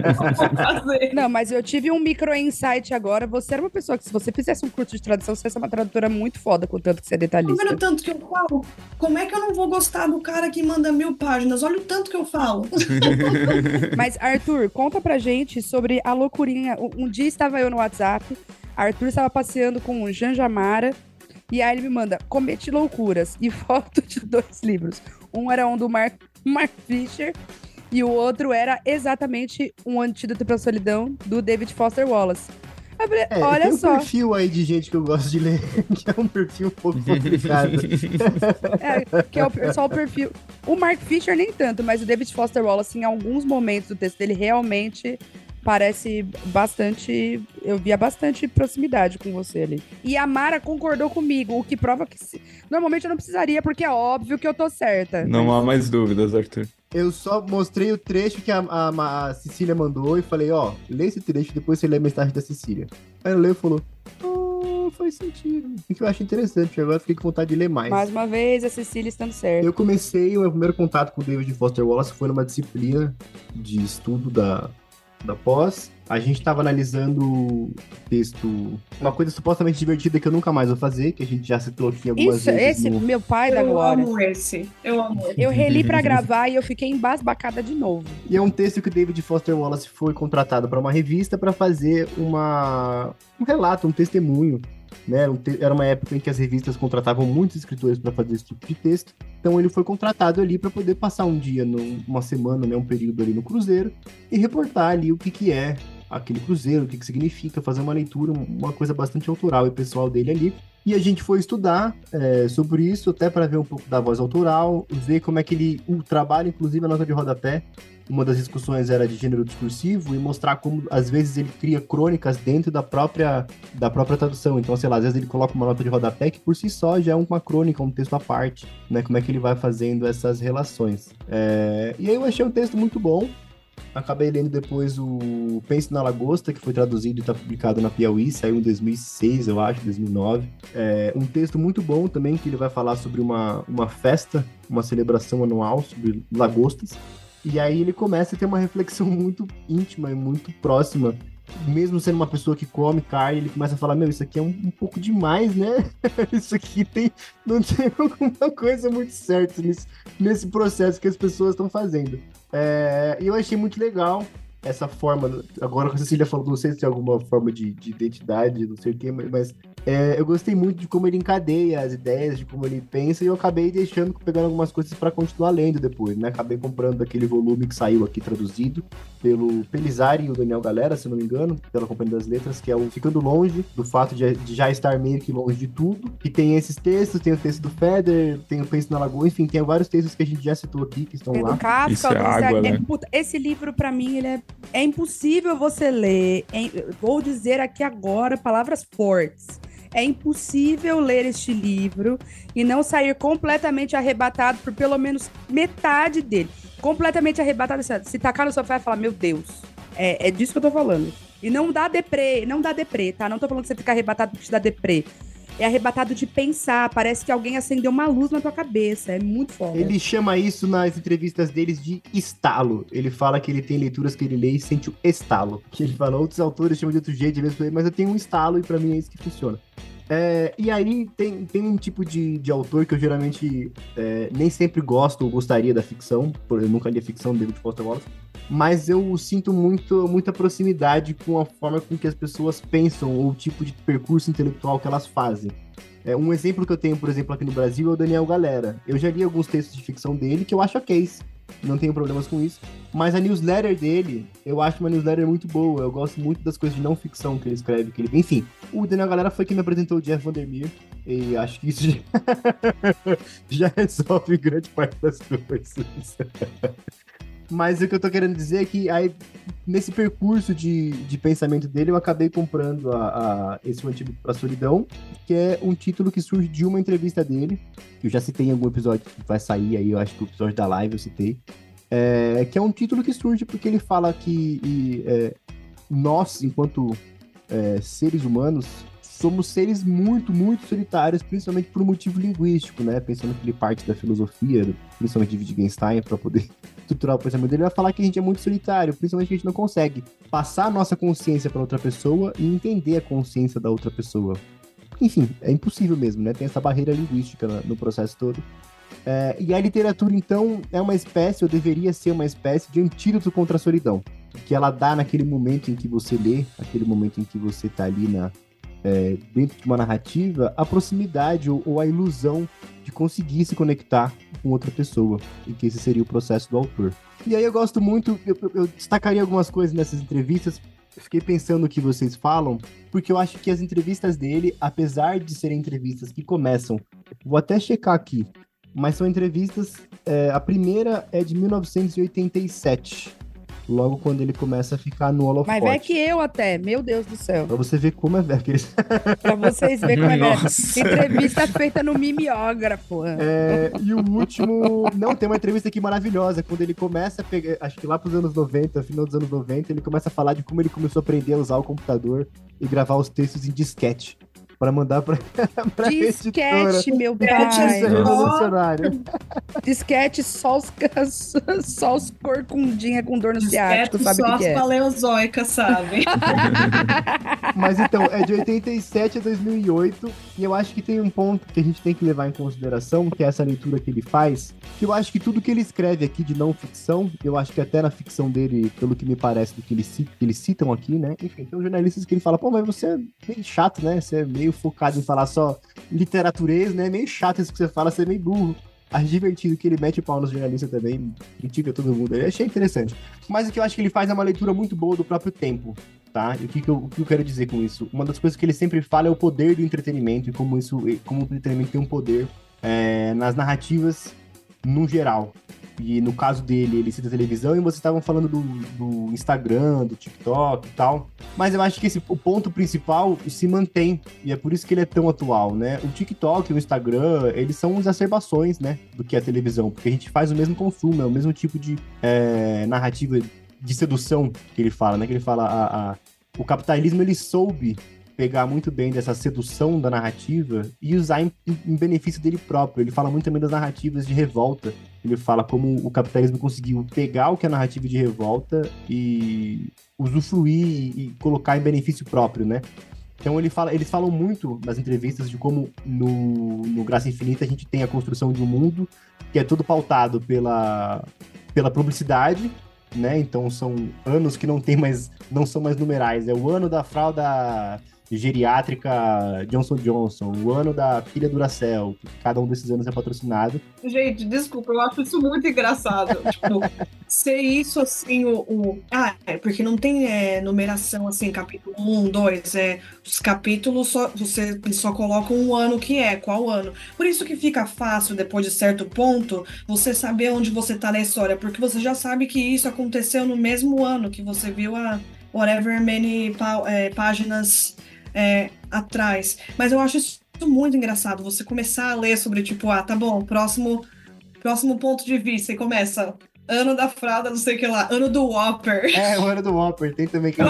Não, mas eu tive um micro insight agora. Você era uma pessoa que, se você fizesse um curso de tradução, você ia ser uma tradutora muito foda, com o tanto que você é detalhista. Olha o tanto que eu falo. Como é que eu não vou gostar do cara que manda 1000 páginas? Olha o tanto que eu falo. Mas, Arthur, conta pra gente sobre a loucurinha. Um dia estava eu no WhatsApp, Arthur estava passeando com o Janjamara, e aí ele me manda Comete Loucuras e foto de 2 livros. Um era um do Mark Fisher e o outro era exatamente um antídoto pra solidão do David Foster Wallace. Eu falei, olha tem só. Um perfil aí de gente que eu gosto de ler, que é um perfil um pouco complicado. Que é só o perfil. O Mark Fisher nem tanto, mas o David Foster Wallace, em alguns momentos do texto dele, realmente parece bastante... Eu via bastante proximidade com você ali. E a Mara concordou comigo, o que prova que... Normalmente eu não precisaria, porque é óbvio que eu tô certa. Não há mais dúvidas, Arthur. Eu só mostrei o trecho que a Cecília mandou e falei, ó, lê esse trecho, depois você lê a mensagem da Cecília. Aí ela leu e falou, faz sentido. O que eu acho interessante, agora fiquei com vontade de ler mais. Mais uma vez, a Cecília estando certa. Eu comecei, o meu primeiro contato com o David Foster Wallace foi numa disciplina de estudo da pós. A gente estava analisando o texto, uma coisa supostamente divertida que eu nunca mais vou fazer, que a gente já citou aqui algumas vezes. Esse, meu pai da glória. Eu amo. Eu reli pra gravar e eu fiquei embasbacada de novo. E é um texto que o David Foster Wallace foi contratado para uma revista para fazer um relato, um testemunho, né? Era uma época em que as revistas contratavam muitos escritores para fazer esse tipo de texto. Então ele foi contratado ali para poder passar um dia, uma semana, né, um período ali no cruzeiro e reportar ali o que é aquele cruzeiro, o que significa, fazer uma leitura, uma coisa bastante autoral e pessoal dele ali. E a gente foi estudar sobre isso, até para ver um pouco da voz autoral, ver como é que o trabalho, inclusive a nota de rodapé, uma das discussões era de gênero discursivo e mostrar como, às vezes, ele cria crônicas dentro da própria tradução. Então, sei lá, às vezes ele coloca uma nota de rodapé que, por si só, já é uma crônica, um texto à parte, né? Como é que ele vai fazendo essas relações. E aí eu achei um texto muito bom. Acabei lendo depois o Pense na Lagosta, que foi traduzido e está publicado na Piauí, saiu em 2006, eu acho, 2009. Um texto muito bom também, que ele vai falar sobre uma festa, uma celebração anual sobre lagostas. E aí ele começa a ter uma reflexão muito íntima e muito próxima. Mesmo sendo uma pessoa que come carne, ele começa a falar, isso aqui é um pouco demais, né? Isso aqui não tem alguma coisa muito certa nesse processo que as pessoas estão fazendo. E eu achei muito legal essa forma, agora que a Cecília falou, não sei se tem alguma forma de identidade, não sei o quê, mas eu gostei muito de como ele encadeia as ideias, de como ele pensa, e eu acabei pegando algumas coisas para continuar lendo depois, né? Acabei comprando aquele volume que saiu aqui traduzido pelo Pelizari e o Daniel Galera, se não me engano, pela Companhia das Letras, que é o Ficando Longe, do fato de já estar meio que longe de tudo, que tem esses textos, tem o texto do Feder, tem o Pense na Lagoa, enfim, tem vários textos que a gente já citou aqui, que estão lá. Do Kafka, Isso é água, né? Esse livro, pra mim, ele é impossível você ler. Vou dizer aqui agora palavras fortes. É impossível ler este livro e não sair completamente arrebatado por pelo menos metade dele. Completamente arrebatado. Se tacar no sofá e falar, meu Deus, é disso que eu tô falando. E não dá deprê, tá? Não tô falando que você fica arrebatado porque te dá deprê. É arrebatado de pensar, parece que alguém acendeu uma luz na tua cabeça, é muito foda. Ele chama isso nas entrevistas deles de estalo. Ele fala que ele tem leituras que ele lê e sente o estalo. Que ele fala, outros autores chamam de outro jeito, mas eu tenho um estalo e pra mim é isso que funciona. E aí tem um tipo de autor que eu geralmente nem sempre gosto ou gostaria da ficção, eu nunca li a ficção do David Foster Wallace, mas eu sinto muita proximidade com a forma com que as pessoas pensam ou o tipo de percurso intelectual que elas fazem. Um exemplo que eu tenho, por exemplo, aqui no Brasil é o Daniel Galera. Eu já li alguns textos de ficção dele que eu acho ok. não tenho problemas com isso. Mas a newsletter dele, eu acho uma newsletter muito boa. Eu gosto muito das coisas de não ficção que ele escreve. Enfim, o Daniel Galera foi quem me apresentou o Jeff Vandermeer. E acho que isso já resolve grande parte das coisas. Mas o que eu tô querendo dizer é que aí, nesse percurso de pensamento dele, eu acabei comprando esse Um Antídoto pra Solidão, que é um título que surge de uma entrevista dele, que eu já citei em algum episódio que vai sair aí, eu acho que o episódio da live eu citei, que é um título que surge porque ele fala que nós, enquanto seres humanos, somos seres muito, muito solitários, principalmente por um motivo linguístico, né? Pensando que ele parte da filosofia, principalmente de Wittgenstein, para poder estruturar o pensamento dele, vai falar que a gente é muito solitário, principalmente que a gente não consegue passar a nossa consciência para outra pessoa e entender a consciência da outra pessoa. Enfim, é impossível mesmo, né? Tem essa barreira linguística no processo todo. E a literatura, então, é uma espécie, ou deveria ser uma espécie, de antídoto contra a solidão, que ela dá naquele momento em que você lê, aquele momento em que você está ali dentro de uma narrativa, a proximidade ou a ilusão de conseguir se conectar com outra pessoa, e que esse seria o processo do autor. E aí eu gosto muito, eu destacaria algumas coisas nessas entrevistas, fiquei pensando no que vocês falam, porque eu acho que as entrevistas dele, apesar de serem entrevistas que começam, vou até checar aqui, mas são entrevistas, a primeira é de 1987, logo quando ele começa a ficar no holofote. Mas é que eu até, meu Deus do céu. Pra você ver como é velho. Pra vocês verem como é velho. Nossa. Entrevista feita no mimeógrafo. E o último... Não, tem uma entrevista aqui maravilhosa, quando ele começa a pegar, acho que lá pros anos 90, final dos anos 90, ele começa a falar de como ele começou a aprender a usar o computador e gravar os textos em disquete, para mandar pra Disquete, editora. meu Isso pai. é revolucionário. Disquete, só os corcundinha com dor no ciático, sabe só o as que é? paleozoicas, sabe? Mas então, é de 87 a 2008, e eu acho que tem um ponto que a gente tem que levar em consideração, que é essa leitura que ele faz, que eu acho que tudo que ele escreve aqui de não ficção, eu acho que até na ficção dele, pelo que me parece do que eles citam aqui, né? Enfim, tem jornalistas que ele fala, pô, mas você é meio chato, né? Você é meio focado em falar só literatureza, né? Meio chato isso que você fala, você é meio burro. Acho divertido que ele mete o pau nos jornalistas também, critica todo mundo. Eu achei interessante. Mas o que eu acho que ele faz é uma leitura muito boa do próprio tempo, tá? E o que eu quero dizer com isso? Uma das coisas que ele sempre fala é o poder do entretenimento e como o entretenimento tem um poder nas narrativas no geral. E no caso dele, ele cita televisão, e vocês estavam falando do Instagram, do TikTok e tal. Mas eu acho que o ponto principal se mantém, e é por isso que ele é tão atual, né? O TikTok e o Instagram, eles são exacerbações, né, do que é a televisão, porque a gente faz o mesmo consumo, é o mesmo tipo de narrativa de sedução que ele fala, né? Que ele fala, o capitalismo, ele soube pegar muito bem dessa sedução da narrativa e usar em benefício dele próprio. Ele fala muito também das narrativas de revolta. Ele fala como o capitalismo conseguiu pegar o que é a narrativa de revolta e usufruir e colocar em benefício próprio, né? Então eles falam muito nas entrevistas de como no Graça Infinita a gente tem a construção de um mundo que é todo pautado pela publicidade, né? Então são anos que não são mais numerais. É o ano da fralda geriátrica Johnson, o ano da pilha Duracell, que cada um desses anos é patrocinado. Gente, desculpa, eu acho isso muito engraçado. Tipo, ser isso assim, porque não tem numeração assim, capítulo 1, 2, os capítulos você só coloca um ano que qual ano. Por isso que fica fácil, depois de certo ponto, você saber onde você tá na história, porque você já sabe que isso aconteceu no mesmo ano que você viu a whatever many páginas atrás. Mas eu acho isso muito engraçado, você começar a ler sobre, tipo, tá bom, próximo ponto de vista, e começa ano da fralda, não sei o que lá, ano do Whopper. O ano do Whopper, tem também que...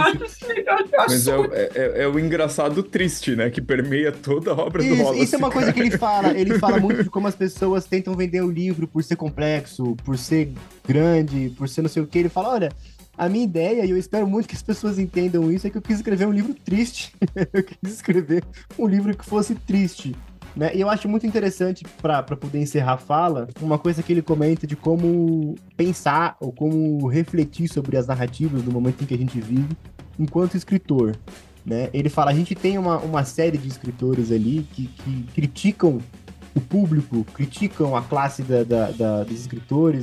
Mas é o engraçado triste, né, que permeia toda a obra do Wallace. Isso é uma coisa que ele fala muito de como as pessoas tentam vender o livro por ser complexo, por ser grande, por ser não sei o que. Ele fala, olha, a minha ideia, e eu espero muito que as pessoas entendam isso, é que eu quis escrever um livro triste. Eu quis escrever um livro que fosse triste, né? E eu acho muito interessante, para poder encerrar a fala, uma coisa que ele comenta de como pensar ou como refletir sobre as narrativas do momento em que a gente vive enquanto escritor, né? Ele fala, a gente tem uma série de escritores ali que criticam o público, criticam a classe dos escritores,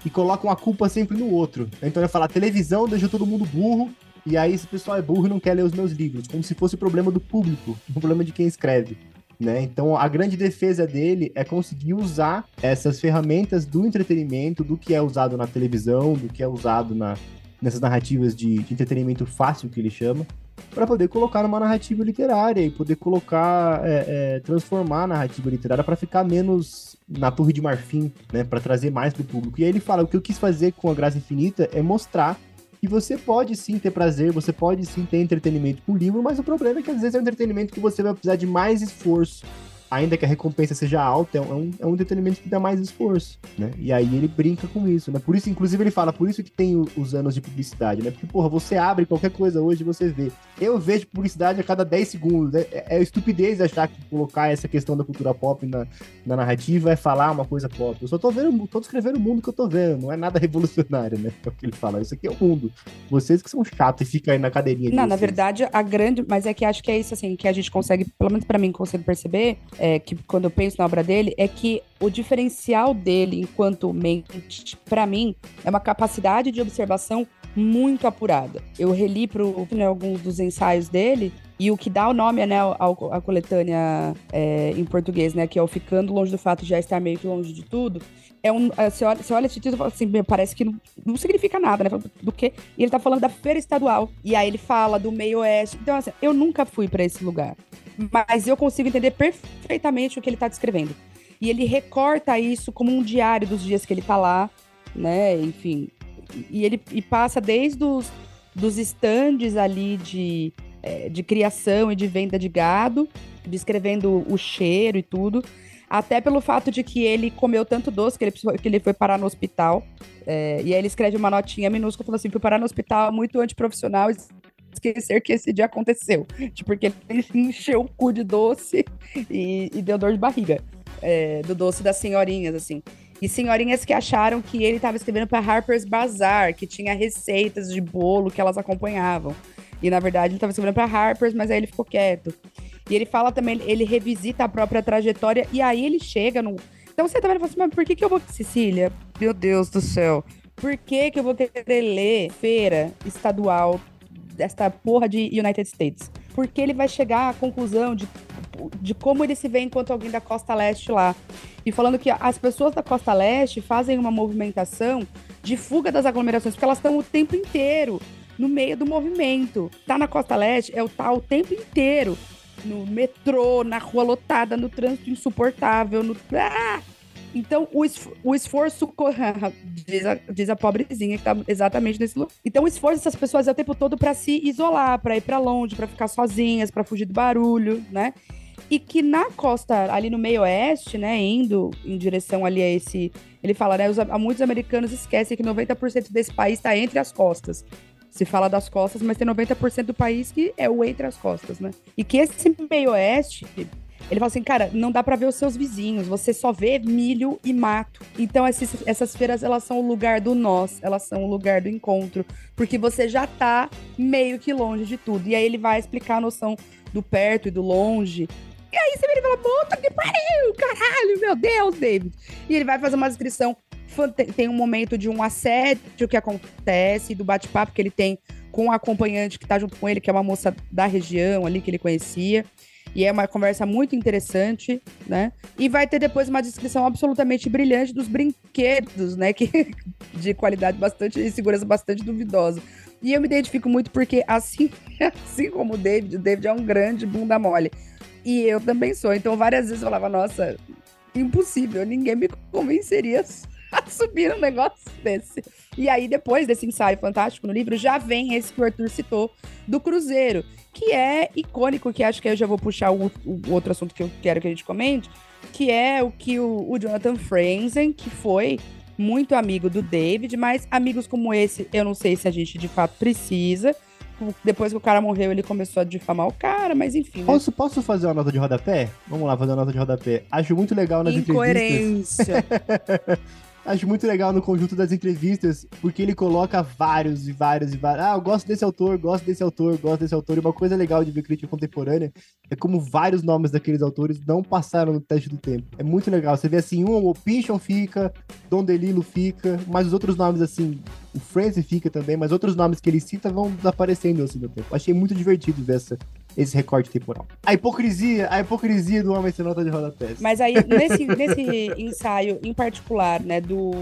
e colocam a culpa sempre no outro. Então ele fala, a televisão deixou todo mundo burro, e aí esse pessoal é burro e não quer ler os meus livros, como se fosse o problema do público, o problema de quem escreve. Né? Então, a grande defesa dele é conseguir usar essas ferramentas do entretenimento, do que é usado na televisão, do que é usado nessas narrativas de entretenimento fácil, que ele chama, para poder colocar numa narrativa literária e poder colocar, transformar a narrativa literária para ficar menos na Torre de Marfim, né? Para trazer mais para o público. E aí ele fala, o que eu quis fazer com A Graça Infinita é mostrar que você pode sim ter prazer, você pode sim ter entretenimento com o livro, mas o problema é que às vezes é um entretenimento que você vai precisar de mais esforço, ainda que a recompensa seja alta, é um entretenimento que dá mais esforço, né? E aí ele brinca com isso, né? Por isso, inclusive, ele fala, por isso que tem os anos de publicidade, né? Porque, porra, você abre qualquer coisa hoje e você vê. Eu vejo publicidade a cada 10 segundos, né? É estupidez achar que colocar essa questão da cultura pop na narrativa é falar uma coisa pop. Eu só tô descrevendo o mundo que eu tô vendo, não é nada revolucionário, né? É o que ele fala, isso aqui é o mundo. Vocês que são chatos e ficam aí na cadeirinha de Não, vocês. na verdade, mas é que acho que é isso, assim, que a gente consegue, pelo menos pra mim, consigo perceber, que quando eu penso na obra dele, é que o diferencial dele enquanto mente, pra mim, é uma capacidade de observação muito apurada. Eu reli alguns dos ensaios dele, e o que dá o nome, né, à coletânea em português, né, que é o Ficando Longe do Fato de Já Estar Meio que Longe de Tudo, você olha esse título e fala assim, parece que não significa nada, né? Do que? E ele tá falando da feira estadual. E aí ele fala do meio oeste. Então, assim, eu nunca fui pra esse lugar. Mas eu consigo entender perfeitamente o que ele tá descrevendo. E ele recorta isso como um diário dos dias que ele tá lá, né? Enfim. E ele passa desde dos estandes ali de criação e de venda de gado, descrevendo o cheiro e tudo, até pelo fato de que ele comeu tanto doce que ele foi parar no hospital. E aí ele escreve uma notinha minúscula falando assim, fui parar no hospital muito antiprofissional, esquecer que esse dia aconteceu. Porque ele encheu o cu de doce e deu dor de barriga. Do doce das senhorinhas, assim. E senhorinhas que acharam que ele estava escrevendo para Harper's Bazaar, que tinha receitas de bolo que elas acompanhavam. E, na verdade, ele estava escrevendo para Harper's, mas aí ele ficou quieto. E ele fala também, ele revisita a própria trajetória, e aí ele chega no... Então você tá vendo e fala assim, mas por que eu vou... Cecília, meu Deus do céu, por que eu vou querer ler feira estadual desta porra de United States? Porque ele vai chegar à conclusão de como ele se vê enquanto alguém da Costa Leste lá. E falando que as pessoas da Costa Leste fazem uma movimentação de fuga das aglomerações, porque elas estão o tempo inteiro no meio do movimento. Tá na Costa Leste, o tempo inteiro no metrô, na rua lotada, no trânsito insuportável, Então, o esforço... diz a pobrezinha que tá exatamente nesse lugar. Então, o esforço dessas pessoas é o tempo todo para se isolar, para ir para longe, para ficar sozinhas, para fugir do barulho, né? E que na costa, ali no meio oeste, né, indo em direção ali a esse... Ele fala, né, muitos americanos esquecem que 90% desse país está entre as costas. Se fala das costas, mas tem 90% do país que é o entre as costas, né? E que esse meio oeste, ele fala assim, cara, não dá pra ver os seus vizinhos, você só vê milho e mato. Então essas feiras, elas são o lugar do nós, elas são o lugar do encontro, porque você já tá meio que longe de tudo. E aí ele vai explicar a noção do perto e do longe. E aí você vira e fala, puta que pariu, caralho, meu Deus, David. E ele vai fazer uma descrição. Tem um momento de um assédio que acontece, do bate-papo que ele tem com a acompanhante que tá junto com ele, que é uma moça da região ali que ele conhecia. E é uma conversa muito interessante, né? E vai ter depois uma descrição absolutamente brilhante dos brinquedos, né? De qualidade bastante e segurança bastante duvidosa. E eu me identifico muito porque, assim como o David é um grande bunda mole. E eu também sou. Então, várias vezes eu falava, nossa, impossível, ninguém me convenceria a subir um negócio desse. E aí, depois desse ensaio fantástico no livro, já vem esse que o Arthur citou, do Cruzeiro, que é icônico, que acho que eu já vou puxar o outro assunto que eu quero que a gente comente, que é o que o Jonathan Franzen, que foi muito amigo do David, mas amigos como esse, eu não sei se a gente de fato precisa. Depois que o cara morreu, ele começou a difamar o cara, mas enfim. Né? Posso fazer uma nota de rodapé? Vamos lá, fazer uma nota de rodapé. Acho muito legal nas Incoerência. entrevistas. Acho muito legal no conjunto das entrevistas, porque ele coloca vários e vários e vários. Ah, eu gosto desse autor, gosto desse autor, gosto desse autor. E uma coisa legal de ver crítica contemporânea é como vários nomes daqueles autores não passaram no teste do tempo. É muito legal. Você vê assim, o Pynchon fica, Dom DeLillo fica, mas os outros nomes, assim, o Francis fica também, mas outros nomes que ele cita vão desaparecendo assim no tempo. Achei muito divertido ver esse recorte temporal. A hipocrisia do homem sem nota de rodapés. Mas aí, nesse ensaio em particular, né,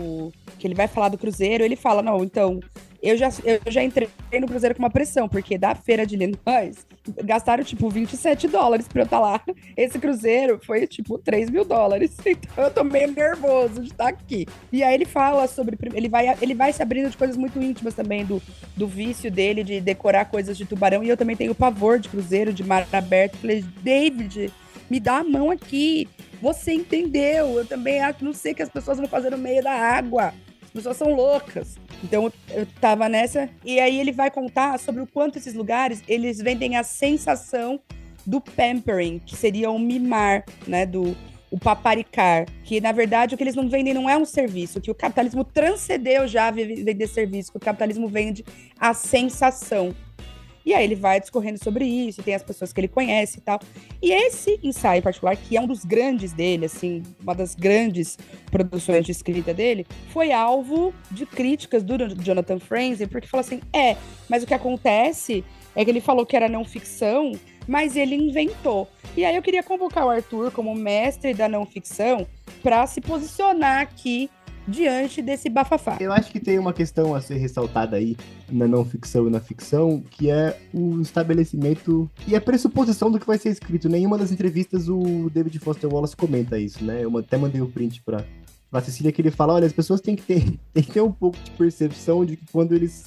que ele vai falar do Cruzeiro, ele fala, não, então, eu já entrei no Cruzeiro com uma pressão, porque da feira de Illinois, gastaram, tipo, $27 pra eu estar lá. Esse Cruzeiro foi, tipo, $3 mil. Então eu tô meio nervoso de estar aqui. E aí ele fala sobre... Ele vai se abrindo de coisas muito íntimas também, do vício dele de decorar coisas de tubarão. E eu também tenho pavor de Cruzeiro, de mar aberto. Falei, David, me dá a mão aqui. Você entendeu. Eu também não sei o que as pessoas vão fazer no meio da água. As pessoas são loucas. Então eu tava nessa. E aí ele vai contar sobre o quanto esses lugares, eles vendem a sensação do pampering, que seria o mimar, né? O paparicar. Que, na verdade, o que eles não vendem não é um serviço. Que o capitalismo transcendeu já a vender serviço. Que o capitalismo vende a sensação. E aí ele vai discorrendo sobre isso, tem as pessoas que ele conhece e tal. E esse ensaio em particular, que é um dos grandes dele, assim, uma das grandes produções de escrita dele, foi alvo de críticas do Jonathan Franzen, porque falou assim, mas o que acontece é que ele falou que era não ficção, mas ele inventou. E aí eu queria convocar o Arthur como mestre da não ficção para se posicionar aqui diante desse bafafá. Eu acho que tem uma questão a ser ressaltada aí na não ficção e na ficção, que é o estabelecimento e a pressuposição do que vai ser escrito. Em uma das entrevistas o David Foster Wallace comenta isso, né? Eu até mandei o print pra Cecília, que ele fala, olha, as pessoas têm que ter um pouco de percepção de que quando eles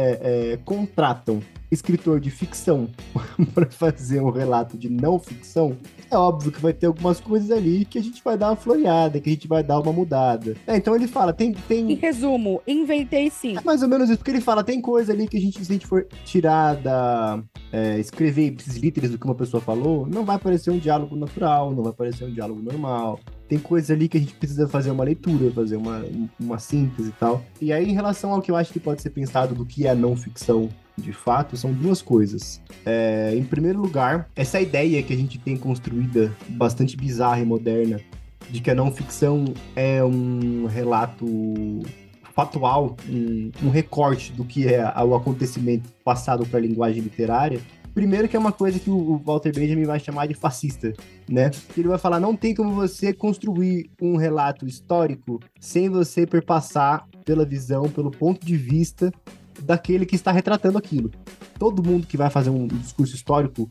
contratam escritor de ficção para fazer um relato de não ficção, é óbvio que vai ter algumas coisas ali que a gente vai dar uma floreada, que a gente vai dar uma mudada. Então ele fala, tem... Em resumo, inventei sim. É mais ou menos isso, porque ele fala, tem coisa ali que se a gente for tirar escrever ipsis literis do que uma pessoa falou, não vai parecer um diálogo natural, não vai parecer um diálogo normal. Tem coisa ali que a gente precisa fazer uma leitura, fazer uma síntese e tal. E aí, em relação ao que eu acho que pode ser pensado do que é a não ficção, de fato, são duas coisas. Em primeiro lugar, essa ideia que a gente tem construída, bastante bizarra e moderna, de que a não ficção é um relato factual, um recorte do que é o acontecimento passado para a linguagem literária. Primeiro que é uma coisa que o Walter Benjamin vai chamar de fascista, né? Ele vai falar, não tem como você construir um relato histórico sem você perpassar pela visão, pelo ponto de vista daquele que está retratando aquilo. Todo mundo que vai fazer um discurso histórico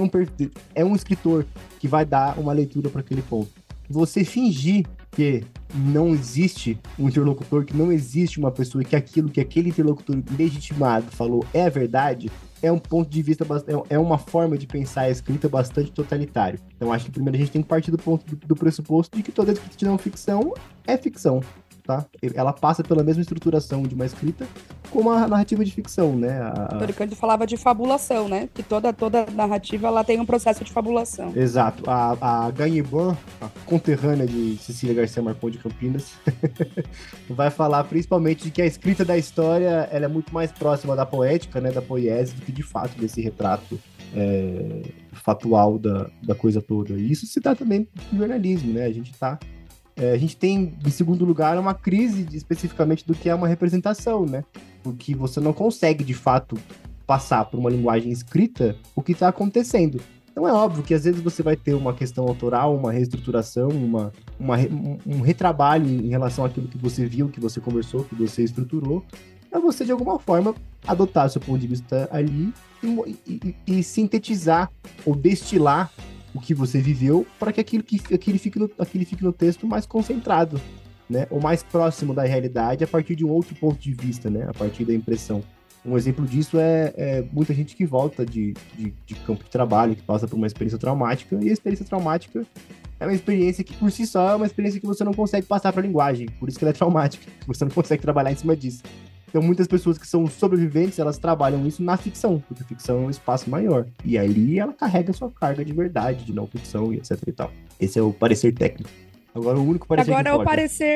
é um escritor que vai dar uma leitura para aquele ponto. Você fingir que não existe um interlocutor, que não existe uma pessoa, que aquilo que aquele interlocutor legitimado falou é a verdade, é um ponto de vista, é uma forma de pensar a escrita bastante totalitário. Então acho que primeiro a gente tem que partir do pressuposto de que toda escrita de não ficção é ficção, tá? Ela passa pela mesma estruturação de uma escrita como a narrativa de ficção, né? Toricante falava de fabulação, né? Que toda narrativa ela tem um processo de fabulação. Exato. A Gagnon, a conterrânea de Cecília Garcia Marcon de Campinas, vai falar principalmente de que a escrita da história ela é muito mais próxima da poética, né? Da poiese, do que de fato desse retrato fatual da coisa toda. E isso se dá também no jornalismo, né? A gente tem, em segundo lugar, uma crise especificamente do que é uma representação, né? Porque você não consegue, de fato, passar por uma linguagem escrita o que está acontecendo. Então é óbvio que às vezes você vai ter uma questão autoral, uma reestruturação, um retrabalho em relação àquilo que você viu, que você conversou, que você estruturou, para você, de alguma forma, adotar seu ponto de vista ali e sintetizar ou destilar o que você viveu para que aquilo fique no texto mais concentrado, né? Ou mais próximo da realidade a partir de um outro ponto de vista, né? A partir da impressão. Um exemplo disso é muita gente que volta de campo de trabalho, que passa por uma experiência traumática, e a experiência traumática é uma experiência que, por si só, é uma experiência que você não consegue passar para a linguagem, por isso que ela é traumática, você não consegue trabalhar em cima disso. Então, muitas pessoas que são sobreviventes, elas trabalham isso na ficção, porque a ficção é um espaço maior. E ali ela carrega sua carga de verdade, de não ficção e etc e tal. Esse é o parecer técnico. Agora o único parecer Agora que o importa.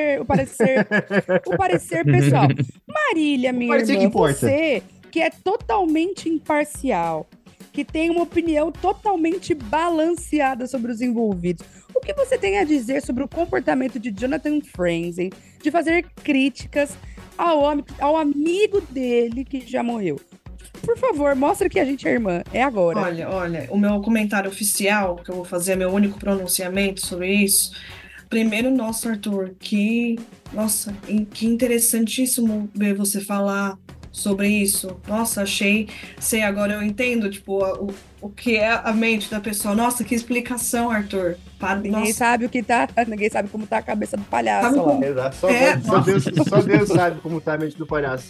parecer pessoal. Marília, minha parecer que irmã, importa. você que é totalmente imparcial, que tem uma opinião totalmente balanceada sobre os envolvidos. O que você tem a dizer sobre o comportamento de Jonathan Frenzen de fazer críticas ao amigo dele que já morreu? Por favor, mostra que a gente é irmã. É agora. Olha, o meu comentário oficial, que eu vou fazer, meu único pronunciamento sobre isso. Primeiro, nossa, Arthur, que interessantíssimo ver você falar sobre isso. Nossa, sei, agora eu entendo, tipo, o que é a mente da pessoa. Nossa, que explicação, Arthur. Ninguém sabe ninguém sabe como tá a cabeça do palhaço Sabe lá. como- Exato. Só Deus sabe como tá a mente do palhaço.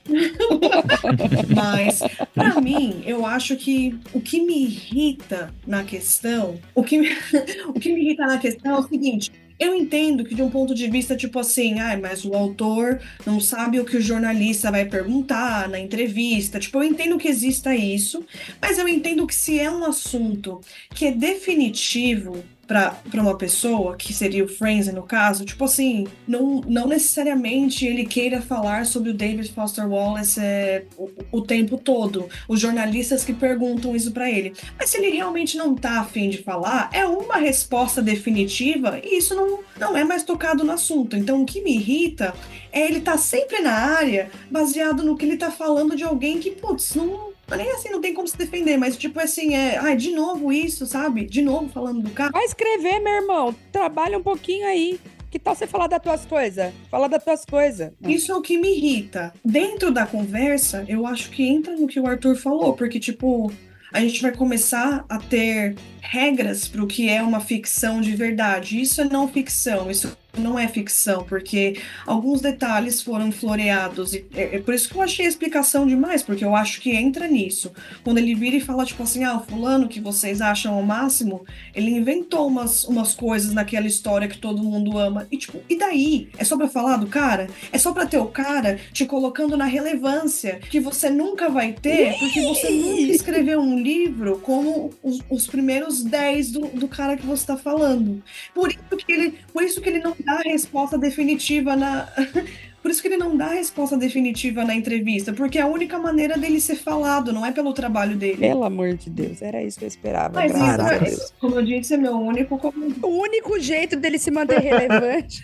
Mas, pra mim, eu acho que o que me irrita na questão, o que me irrita na questão é o seguinte. Eu entendo que de um ponto de vista, tipo assim, mas o autor não sabe o que o jornalista vai perguntar na entrevista. Tipo, eu entendo que exista isso, mas eu entendo que se é um assunto que é definitivo para uma pessoa, que seria o Frenzen no caso, tipo assim, não necessariamente ele queira falar sobre o David Foster Wallace o tempo todo. Os jornalistas que perguntam isso para ele. Mas se ele realmente não tá afim de falar, é uma resposta definitiva e isso não é mais tocado no assunto. Então o que me irrita é ele tá sempre na área baseado no que ele tá falando de alguém que, putz, nem assim, não tem como se defender, mas tipo assim, de novo isso, sabe? De novo falando do cara. Vai escrever, meu irmão. Trabalha um pouquinho aí. Que tal você falar das tuas coisas? Fala das tuas coisas. Isso é o que me irrita. Dentro da conversa, eu acho que entra no que o Arthur falou, porque, tipo, a gente vai começar a ter regras para o que é uma ficção de verdade. Isso é não ficção, isso não é ficção, porque alguns detalhes foram floreados. E é por isso que eu achei a explicação demais, porque eu acho que entra nisso. Quando ele vira e fala, tipo assim, o fulano que vocês acham ao máximo, ele inventou umas coisas naquela história que todo mundo ama. E tipo, e daí? É só pra falar do cara? É só pra ter o cara te colocando na relevância que você nunca vai ter, porque você nunca escreveu um livro como os primeiros 10 do cara que você tá falando. Por isso que ele não dá a resposta definitiva Por isso que ele não dá a resposta definitiva na entrevista, porque é a única maneira dele ser falado, não é pelo trabalho dele. Pelo amor de Deus, era isso que eu esperava. Mas graças a Deus. isso, como eu disse, é meu único comentário. O único jeito dele se manter relevante.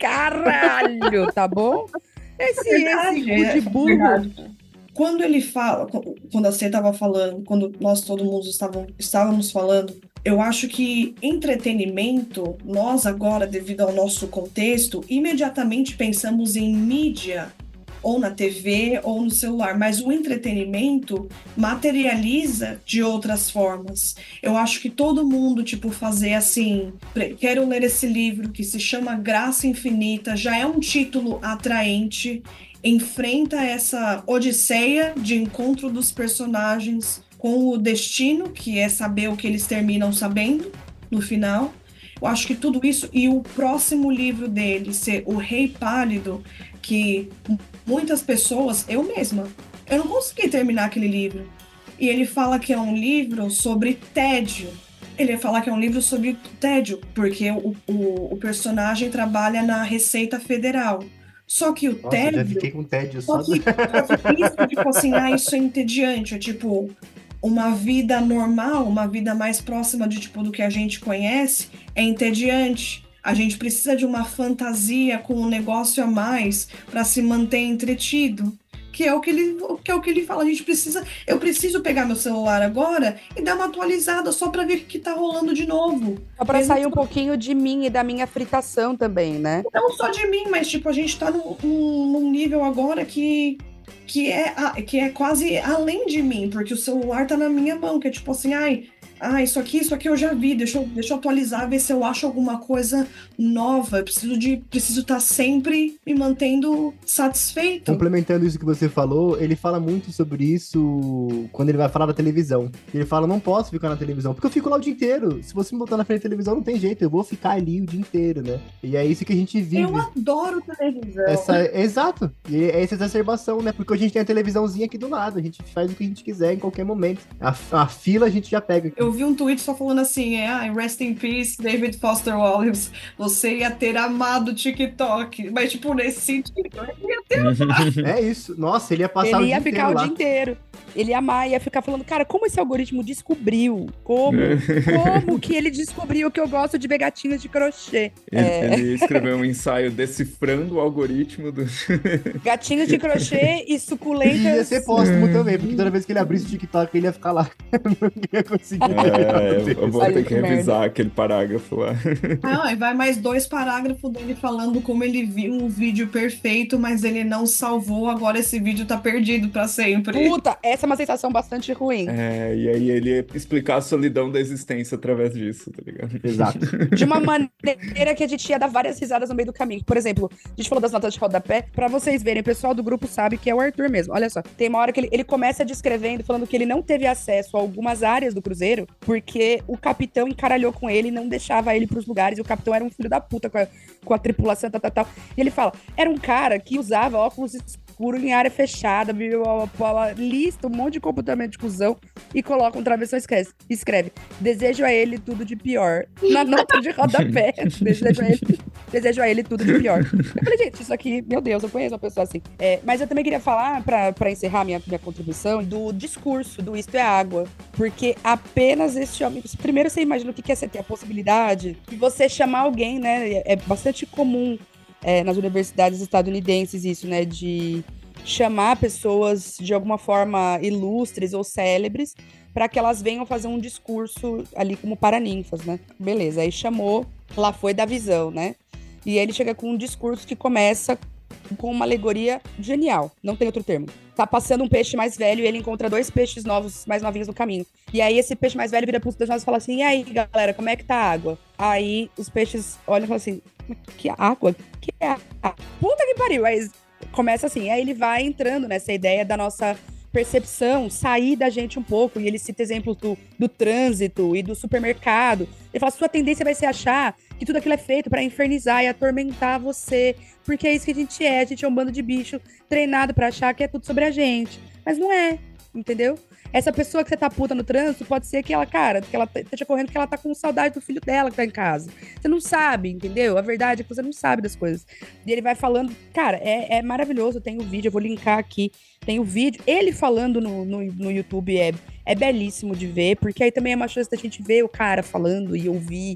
Caralho, tá bom? Esse cu de burro. Verdade. Quando ele fala, quando a Cê estava falando, quando nós todo mundo estávamos falando, eu acho que entretenimento, nós agora, devido ao nosso contexto, imediatamente pensamos em mídia, ou na TV, ou no celular, mas o entretenimento materializa de outras formas. Eu acho que todo mundo, tipo, fazer assim, quero ler esse livro que se chama Graça Infinita, já é um título atraente, enfrenta essa odisseia de encontro dos personagens com o destino, que é saber o que eles terminam sabendo no final. Eu acho que tudo isso, e o próximo livro dele ser O Rei Pálido, que muitas pessoas, eu não consegui terminar aquele livro. E ele fala que é um livro sobre tédio. Ele ia falar que é um livro sobre tédio, porque o personagem trabalha na Receita Federal. Só que o tédio... já fiquei com tédio só que isso, tipo assim, isso é entediante. É tipo, uma vida normal, uma vida mais próxima de, tipo, do que a gente conhece, é entediante. A gente precisa de uma fantasia com um negócio a mais para se manter entretido. Que é o que ele fala, eu preciso pegar meu celular agora e dar uma atualizada só para ver o que tá rolando de novo. Só para sair um pouquinho de mim e da minha fritação também, né? Não só de mim, mas tipo, a gente tá num nível agora que é quase além de mim, porque o celular tá na minha mão, que é tipo assim, isso aqui eu já vi, deixa eu atualizar, ver se eu acho alguma coisa nova. Eu preciso estar sempre me mantendo satisfeito. Complementando isso que você falou, ele fala muito sobre isso quando ele vai falar da televisão. Ele fala, não posso ficar na televisão, porque eu fico lá o dia inteiro. Se você me botar na frente da televisão, não tem jeito, eu vou ficar ali o dia inteiro, né? E é isso que a gente vive. Eu adoro televisão. Exato. E é essa exacerbação, né? Porque a gente tem a televisãozinha aqui do lado, a gente faz o que a gente quiser em qualquer momento. A fila a gente já pega. Eu eu vi um tweet só falando assim, rest in peace, David Foster Wallace, você ia ter amado o TikTok, mas tipo, nesse sentido, eu ia ter É isso. Nossa, ele ia passar o Ele dia ia ficar inteiro o lá. dia inteiro. Ele ia amar, ia ficar falando, cara, como esse algoritmo descobriu? Como que ele descobriu que eu gosto de ver gatinhas de crochê? Ele escreveu um ensaio decifrando o algoritmo do... Gatinhos de crochê e E suculentas. ia ser póstumo também, porque toda vez que ele abrisse o TikTok, ele ia ficar lá. Não ia conseguir. eu vou Olha ter que que revisar aquele parágrafo lá. e vai mais 2 parágrafos dele falando como ele viu um vídeo perfeito, mas ele não salvou, agora esse vídeo tá perdido pra sempre. Puta, essa é uma sensação bastante ruim. E aí ele ia explicar a solidão da existência através disso, tá ligado? Exato. De uma maneira que a gente ia dar várias risadas no meio do caminho. Por exemplo, a gente falou das notas de rodapé, pra vocês verem, o pessoal do grupo sabe que é o Arthur mesmo. Olha só, tem uma hora que ele começa descrevendo, falando que ele não teve acesso a algumas áreas do cruzeiro, porque o capitão encaralhou com ele e não deixava ele pros lugares, e o capitão era um filho da puta com a tripulação, tal. E ele fala, era um cara que usava óculos escuros em área fechada, lista um monte de comportamento de cuzão e coloca um travessão e escreve, desejo a ele tudo de pior. Na nota de rodapé, desejo a ele tudo de pior. Eu falei, gente, isso aqui, meu Deus, eu conheço uma pessoa assim. Mas eu também queria falar, pra encerrar minha contribuição, do discurso do Isto é Água, porque apenas este homem... Primeiro, você imagina o que é você ter a possibilidade de você chamar alguém, né? É bastante comum nas universidades estadunidenses isso, né? De chamar pessoas de alguma forma ilustres ou célebres para que elas venham fazer um discurso ali como paraninfas, né? Beleza, aí chamou, lá foi da visão, né? E aí ele chega com um discurso que começa com uma alegoria genial, não tem outro termo. Tá passando um peixe mais velho e ele encontra 2 peixes novos, mais novinhos no caminho. E aí esse peixe mais velho vira pros 2 novos e fala assim, e aí, galera, como é que tá a água? Aí os peixes olham e falam assim, que água? Que água? Puta que pariu! Aí começa assim, aí ele vai entrando nessa ideia da nossa percepção, sair da gente um pouco, e ele cita exemplos do trânsito e do supermercado. Ele fala, sua tendência vai ser achar que tudo aquilo é feito pra infernizar e atormentar você, porque é isso que a gente é um bando de bicho treinado pra achar que é tudo sobre a gente. Mas não é, entendeu? Essa pessoa que você tá puta no trânsito pode ser que ela, cara, que ela esteja correndo que ela tá com saudade do filho dela que tá em casa. Você não sabe, entendeu? A verdade é que você não sabe das coisas. E ele vai falando, cara, é maravilhoso, tem o vídeo, eu vou linkar aqui, tem o vídeo. Ele falando no YouTube é belíssimo de ver, porque aí também é uma chance da gente ver o cara falando e ouvir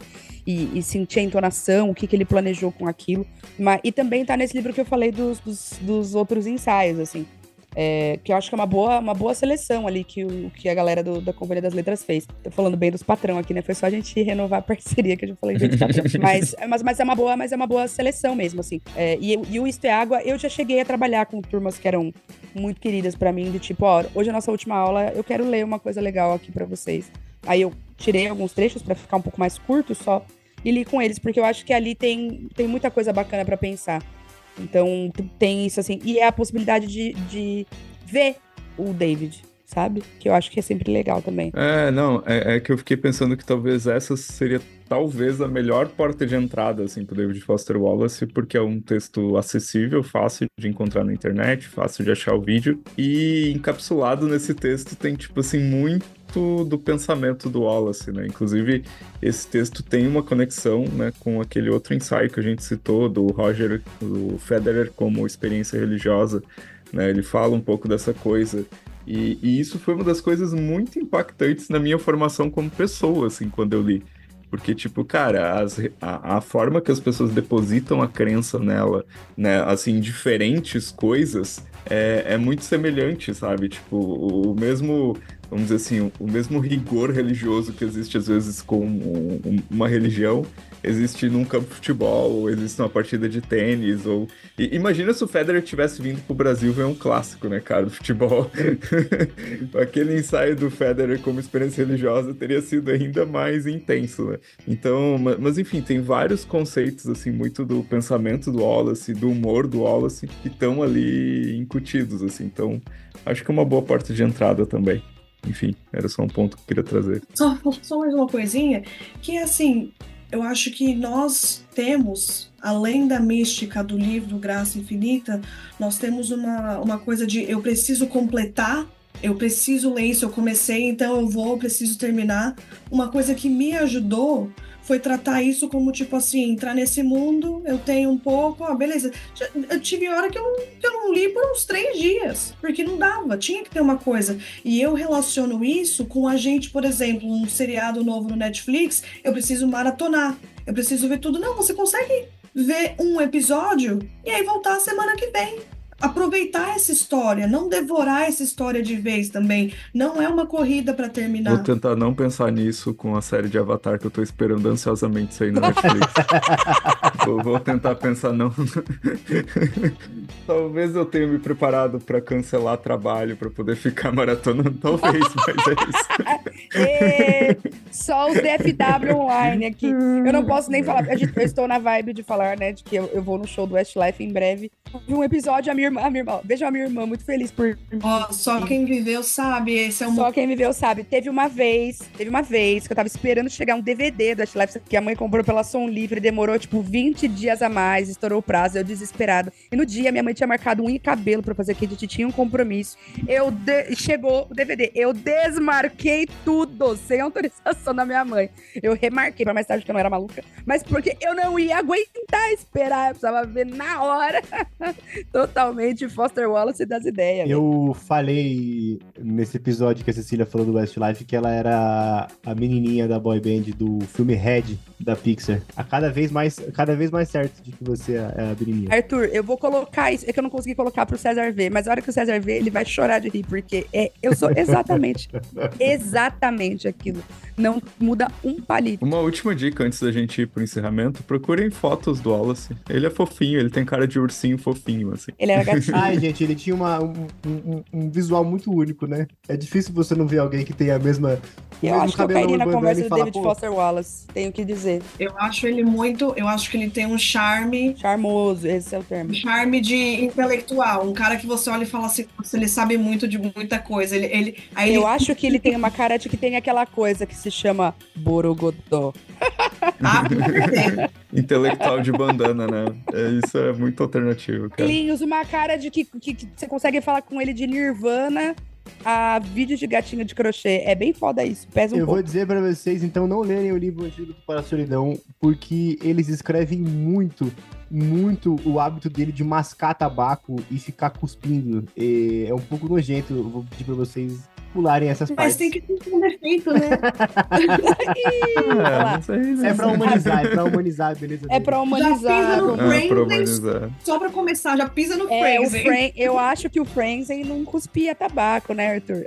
e sentir a entonação, o que ele planejou com aquilo. E também tá nesse livro que eu falei dos outros ensaios, assim. Que eu acho que é uma boa seleção ali que a galera da Companhia das Letras fez. Tô falando bem dos patrão aqui, né? Foi só a gente renovar a parceria que a gente falou de patrão. mas é uma boa seleção mesmo, assim. E o Isto é Água, eu já cheguei a trabalhar com turmas que eram muito queridas pra mim, de tipo, ó, hoje é a nossa última aula, eu quero ler uma coisa legal aqui pra vocês. Aí eu tirei alguns trechos pra ficar um pouco mais curto só e li com eles, porque eu acho que ali tem muita coisa bacana pra pensar. Então, tem isso, assim. E é a possibilidade de ver o David, sabe? Que eu acho que é sempre legal também. É que eu fiquei pensando que talvez essa seria a melhor porta de entrada, assim, pro David Foster Wallace, porque é um texto acessível, fácil de encontrar na internet, fácil de achar o vídeo. E encapsulado nesse texto tem, tipo assim, muito do pensamento do Wallace, né? Inclusive, esse texto tem uma conexão, né, com aquele outro ensaio que a gente citou, do Federer como experiência religiosa, né? Ele fala um pouco dessa coisa. E isso foi uma das coisas muito impactantes na minha formação como pessoa, assim, quando eu li. Porque, tipo, cara, a forma que as pessoas depositam a crença nela, né, assim, diferentes coisas, é muito semelhante, sabe? Tipo, o mesmo, vamos dizer assim, o mesmo rigor religioso que existe, às vezes, com uma religião, existe num campo de futebol, ou existe numa partida de tênis, ou... Imagina se o Federer tivesse vindo pro Brasil ver um clássico, né, cara, do futebol. Aquele ensaio do Federer como experiência religiosa teria sido ainda mais intenso, né? Então, mas enfim, tem vários conceitos, assim, muito do pensamento do Wallace, do humor do Wallace, que estão ali incutidos, assim. Então, acho que é uma boa porta de entrada também. Enfim, era só um ponto que eu queria trazer. Só mais uma coisinha, que assim, eu acho que nós temos, além da mística do livro Graça Infinita, nós temos uma coisa de eu preciso completar eu preciso ler isso, eu comecei, então eu preciso terminar. Uma coisa que me ajudou foi tratar isso como, tipo assim, entrar nesse mundo, eu tenho um pouco, beleza. Eu tive hora que eu não li por uns 3 dias, porque não dava, tinha que ter uma coisa. E eu relaciono isso com a gente, por exemplo, um seriado novo no Netflix, eu preciso maratonar, eu preciso ver tudo. Não, você consegue ver um episódio e aí voltar a semana que vem. Aproveitar essa história, não devorar essa história de vez também. Não é uma corrida para terminar. Vou tentar não pensar nisso com a série de Avatar que eu tô esperando ansiosamente sair na Netflix. Vou tentar pensar não. Talvez eu tenha me preparado para cancelar trabalho para poder ficar maratonando, talvez, mas é isso. Só os DFW online aqui. Eu não posso nem falar, eu estou na vibe de falar, né, de que eu vou no show do Westlife em breve. Vi um episódio, a minha irmã, veja a minha irmã muito feliz por... Só quem viveu sabe, esse é um... Só quem viveu sabe. Teve uma vez que eu tava esperando chegar um DVD do Westlife que a mãe comprou pela Som Livre, demorou tipo 20 dias a mais, estourou o prazo, eu desesperado. E no dia, minha mãe tinha marcado unha e cabelo pra fazer, que a gente tinha um compromisso. Chegou o DVD, eu desmarquei tudo, sem autorização da minha mãe. Eu remarquei pra mais tarde, que eu não era maluca, mas porque eu não ia aguentar esperar, eu precisava ver na hora. Totalmente Foster Wallace das ideias. Eu falei nesse episódio que a Cecília falou do Westlife que ela era a menininha da boy band do filme Red da Pixar. Cada vez mais certo de que você é a menininha. Arthur, eu vou colocar isso, é que eu não consegui colocar pro César ver, mas a hora que o César ver, ele vai chorar de rir, porque eu sou exatamente aquilo. Não muda um palito. Uma última dica antes da gente ir pro encerramento: procurem fotos do Wallace. Ele é fofinho, ele tem cara de ursinho fofinho, assim. Ele era gatinho. Ai, gente, ele tinha um visual muito único, né? É difícil você não ver alguém que tenha a mesma... Eu acho que eu cairia na conversa do falar, David Foster Wallace, tenho que dizer. Eu acho que ele tem um charme... Charmoso, esse é o termo. Um charme de intelectual, um cara que você olha e fala assim, nossa, ele sabe muito de muita coisa. Eu acho que ele tem uma cara de que tem aquela coisa que se chama Borogodó. Intelectual de bandana, né? Isso é muito alternativo, cara. Ele usa uma cara de que você consegue falar com ele de Nirvana a vídeos de gatinho de crochê. É bem foda isso, pesa um pouco. Eu vou dizer pra vocês, então, não lerem o livro Antídoto para a Solidão, porque eles escrevem muito o hábito dele de mascar tabaco e ficar cuspindo. É um pouco nojento, eu vou pedir pra vocês pularem essas partes. Mas tem que ter um defeito, né? É pra humanizar, beleza? É pra humanizar. Já pisa no pra Frenzen, só pra começar, já pisa no Frenzen. Eu acho que o Frenzen não cuspia tabaco, né, Arthur?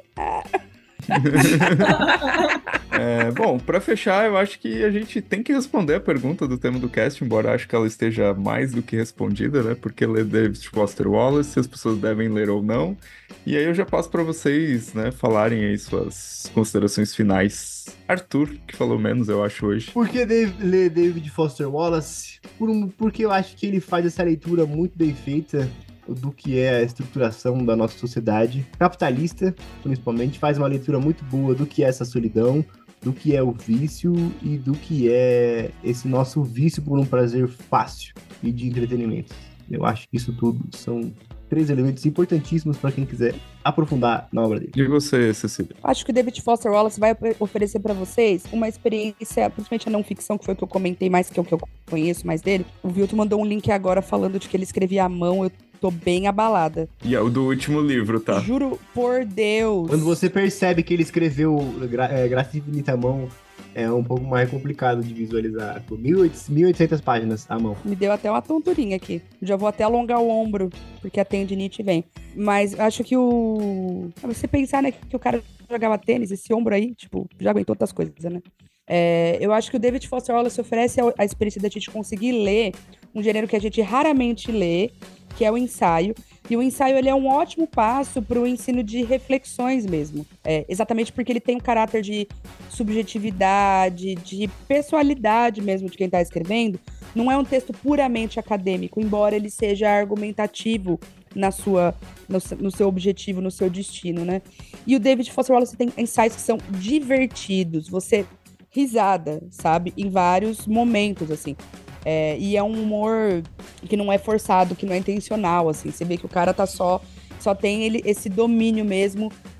Bom, pra fechar, eu acho que a gente tem que responder a pergunta do tema do cast, embora acho que ela esteja mais do que respondida, né? Porque ler David Foster Wallace, se as pessoas devem ler ou não. E aí eu já passo pra vocês, né, falarem aí suas considerações finais. Arthur, que falou menos, eu acho, hoje. Por que ler David Foster Wallace? Porque eu acho que ele faz essa leitura muito bem feita do que é a estruturação da nossa sociedade capitalista, principalmente, faz uma leitura muito boa do que é essa solidão, do que é o vício e do que é esse nosso vício por um prazer fácil e de entretenimento. Eu acho que isso tudo são 3 elementos importantíssimos para quem quiser aprofundar na obra dele. E você, Cecília? Acho que o David Foster Wallace vai oferecer para vocês uma experiência, principalmente a não ficção, que foi o que eu comentei mais, que é o que eu conheço mais dele. O Vilton mandou um link agora falando de que ele escrevia à mão. Eu tô bem abalada. E é o do último livro, tá? Juro por Deus. Quando você percebe que ele escreveu Graça Infinita à mão, é um pouco mais complicado de visualizar. 1.800 páginas à mão. Me deu até uma tonturinha aqui. Já vou até alongar o ombro, porque a tendinite vem. Mas acho que você pensar, né, que o cara jogava tênis, esse ombro aí, tipo, já aguentou outras coisas, né? Eu acho que o David Foster Wallace oferece a experiência da gente conseguir ler um gênero que a gente raramente lê, que é o ensaio. E o ensaio, ele é um ótimo passo para o ensino de reflexões mesmo. Exatamente porque ele tem um caráter de subjetividade, de pessoalidade mesmo de quem está escrevendo. Não é um texto puramente acadêmico, embora ele seja argumentativo no seu objetivo, no seu destino, né? E o David Foster Wallace tem ensaios que são divertidos, você risada, sabe? Em vários momentos, assim. E é um humor que não é forçado, que não é intencional, assim. Você vê que o cara tá só tem esse domínio mesmo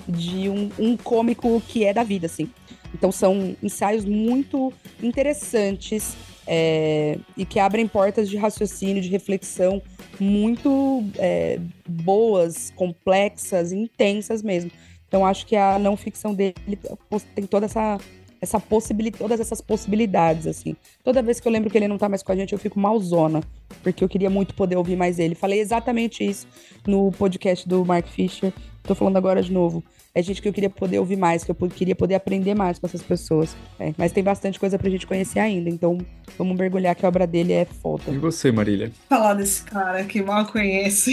de um cômico que é da vida, assim. Então são ensaios muito interessantes e que abrem portas de raciocínio, de reflexão muito boas, complexas, intensas mesmo. Então acho que a não ficção dele tem toda todas essas possibilidades, assim. Toda vez que eu lembro que ele não tá mais com a gente, eu fico malzona, porque eu queria muito poder ouvir mais ele. Falei exatamente isso no podcast do Mark Fisher. Tô falando agora de novo. É gente que eu queria poder ouvir mais, que eu queria poder aprender mais com essas pessoas. Mas tem bastante coisa pra gente conhecer ainda, então vamos mergulhar que a obra dele é foda. E você, Marília? Falar desse cara que mal conhece.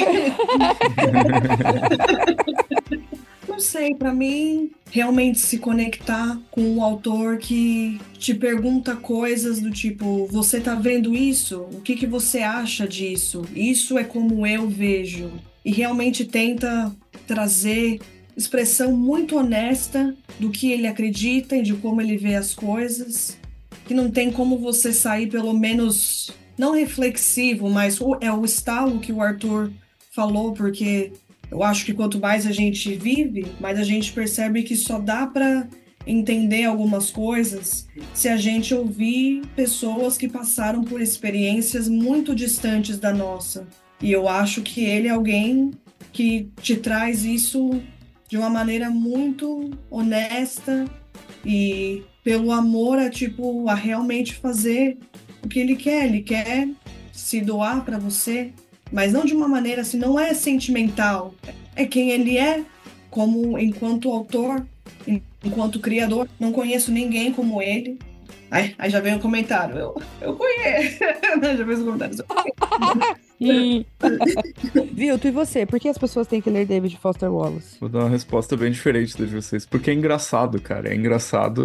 Não sei, pra mim, realmente se conectar com um autor que te pergunta coisas do tipo, você tá vendo isso? O que você acha disso? Isso é como eu vejo. E realmente tenta trazer expressão muito honesta do que ele acredita e de como ele vê as coisas, que não tem como você sair pelo menos, não reflexivo, mas é o estalo que o Arthur falou, porque eu acho que quanto mais a gente vive, mais a gente percebe que só dá para entender algumas coisas se a gente ouvir pessoas que passaram por experiências muito distantes da nossa. E eu acho que ele é alguém que te traz isso de uma maneira muito honesta e pelo amor a realmente fazer o que ele quer. Ele quer se doar para você, mas não de uma maneira assim, não é sentimental. É quem ele é, como enquanto autor, enquanto criador. Não conheço ninguém como ele. Aí já vem um comentário. Eu conheço. Já veio os comentários. Vilto, e você? Por que as pessoas têm que ler David Foster Wallace? Vou dar uma resposta bem diferente da de vocês. Porque é engraçado, cara. É engraçado.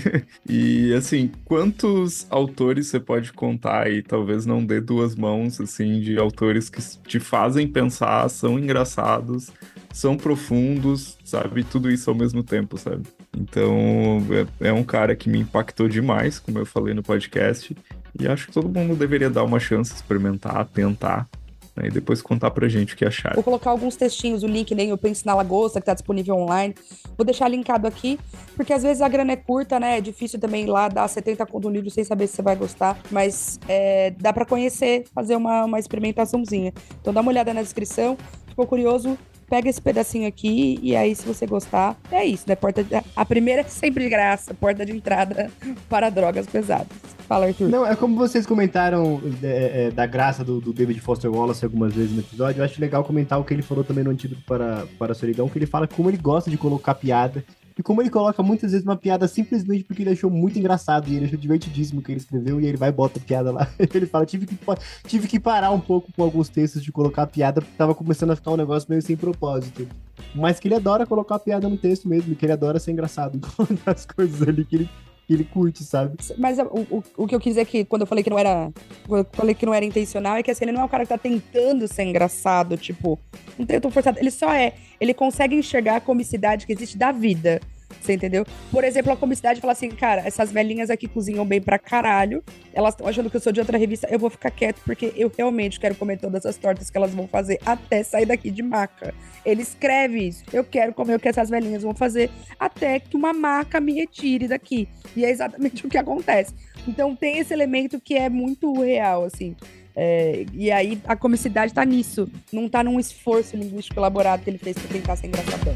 E, assim, quantos autores você pode contar e talvez não dê duas mãos, assim, de autores que te fazem pensar, são engraçados, são profundos, sabe? Tudo isso ao mesmo tempo, sabe? Então, é um cara que me impactou demais, como eu falei no podcast. E acho que todo mundo deveria dar uma chance, experimentar, tentar, né, e depois contar pra gente o que acharam. Vou colocar alguns textinhos, o link nem Eu Penso na Lagosta, que tá disponível online. Vou deixar linkado aqui, porque às vezes a grana é curta, né? É difícil também ir lá dar 70 conto no livro sem saber se você vai gostar. Mas dá pra conhecer, fazer uma experimentaçãozinha. Então dá uma olhada na descrição. Ficou curioso? Pega esse pedacinho aqui e aí, se você gostar, é isso, né? A primeira é sempre de graça, porta de entrada para drogas pesadas. Fala, Arthur. Não, é como vocês comentaram da graça do David Foster Wallace algumas vezes no episódio. Eu acho legal comentar o que ele falou também no Antídoto para a Solidão, que ele fala como ele gosta de colocar piada. E como ele coloca muitas vezes uma piada simplesmente porque ele achou muito engraçado e ele achou divertidíssimo o que ele escreveu, e ele vai e bota a piada lá. Ele fala, tive que parar um pouco com alguns textos de colocar a piada, porque tava começando a ficar um negócio meio sem propósito. Mas que ele adora colocar a piada no texto mesmo, que ele adora ser engraçado, colocar as coisas ali que ele curte, sabe? Mas o que eu quis dizer que quando eu falei que não era intencional, é que assim, ele não é um cara que tá tentando ser engraçado, tipo, não tem tão forçado, ele só ele consegue enxergar a comicidade que existe da vida. Você entendeu? Por exemplo, a comicidade fala assim, cara, essas velhinhas aqui cozinham bem pra caralho, elas estão achando que eu sou de outra revista, eu vou ficar quieto porque eu realmente quero comer todas as tortas que elas vão fazer até sair daqui de maca. Ele escreve isso, eu quero comer o que essas velhinhas vão fazer até que uma maca me retire daqui. E é exatamente o que acontece. Então tem esse elemento que é muito real, assim. E aí a comicidade tá nisso, não tá num esforço linguístico elaborado que ele fez pra tentar ser engraçadão.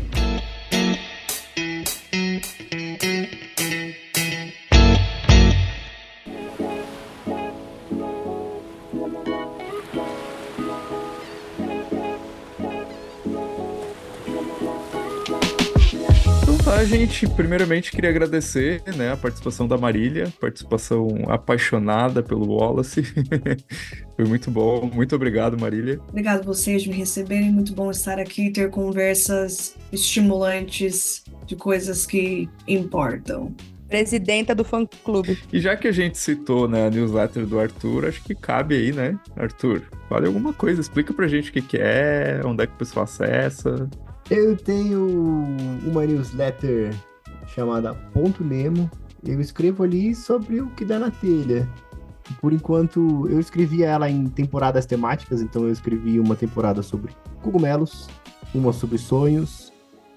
A gente, primeiramente, queria agradecer, né, a participação da Marília, participação apaixonada pelo Wallace. Foi muito bom. Muito obrigado, Marília. Obrigado a vocês de me receberem. Muito bom estar aqui e ter conversas estimulantes de coisas que importam. Presidenta do fã-clube. E já que a gente citou, né, a newsletter do Arthur, acho que cabe aí, né, Arthur? Fale alguma coisa, explica pra gente o que é, onde é que o pessoal acessa. Eu tenho uma newsletter chamada Ponto Nemo. Eu escrevo ali sobre o que dá na telha. Por enquanto, eu escrevi ela em temporadas temáticas. Então eu escrevi uma temporada sobre cogumelos, uma sobre sonhos,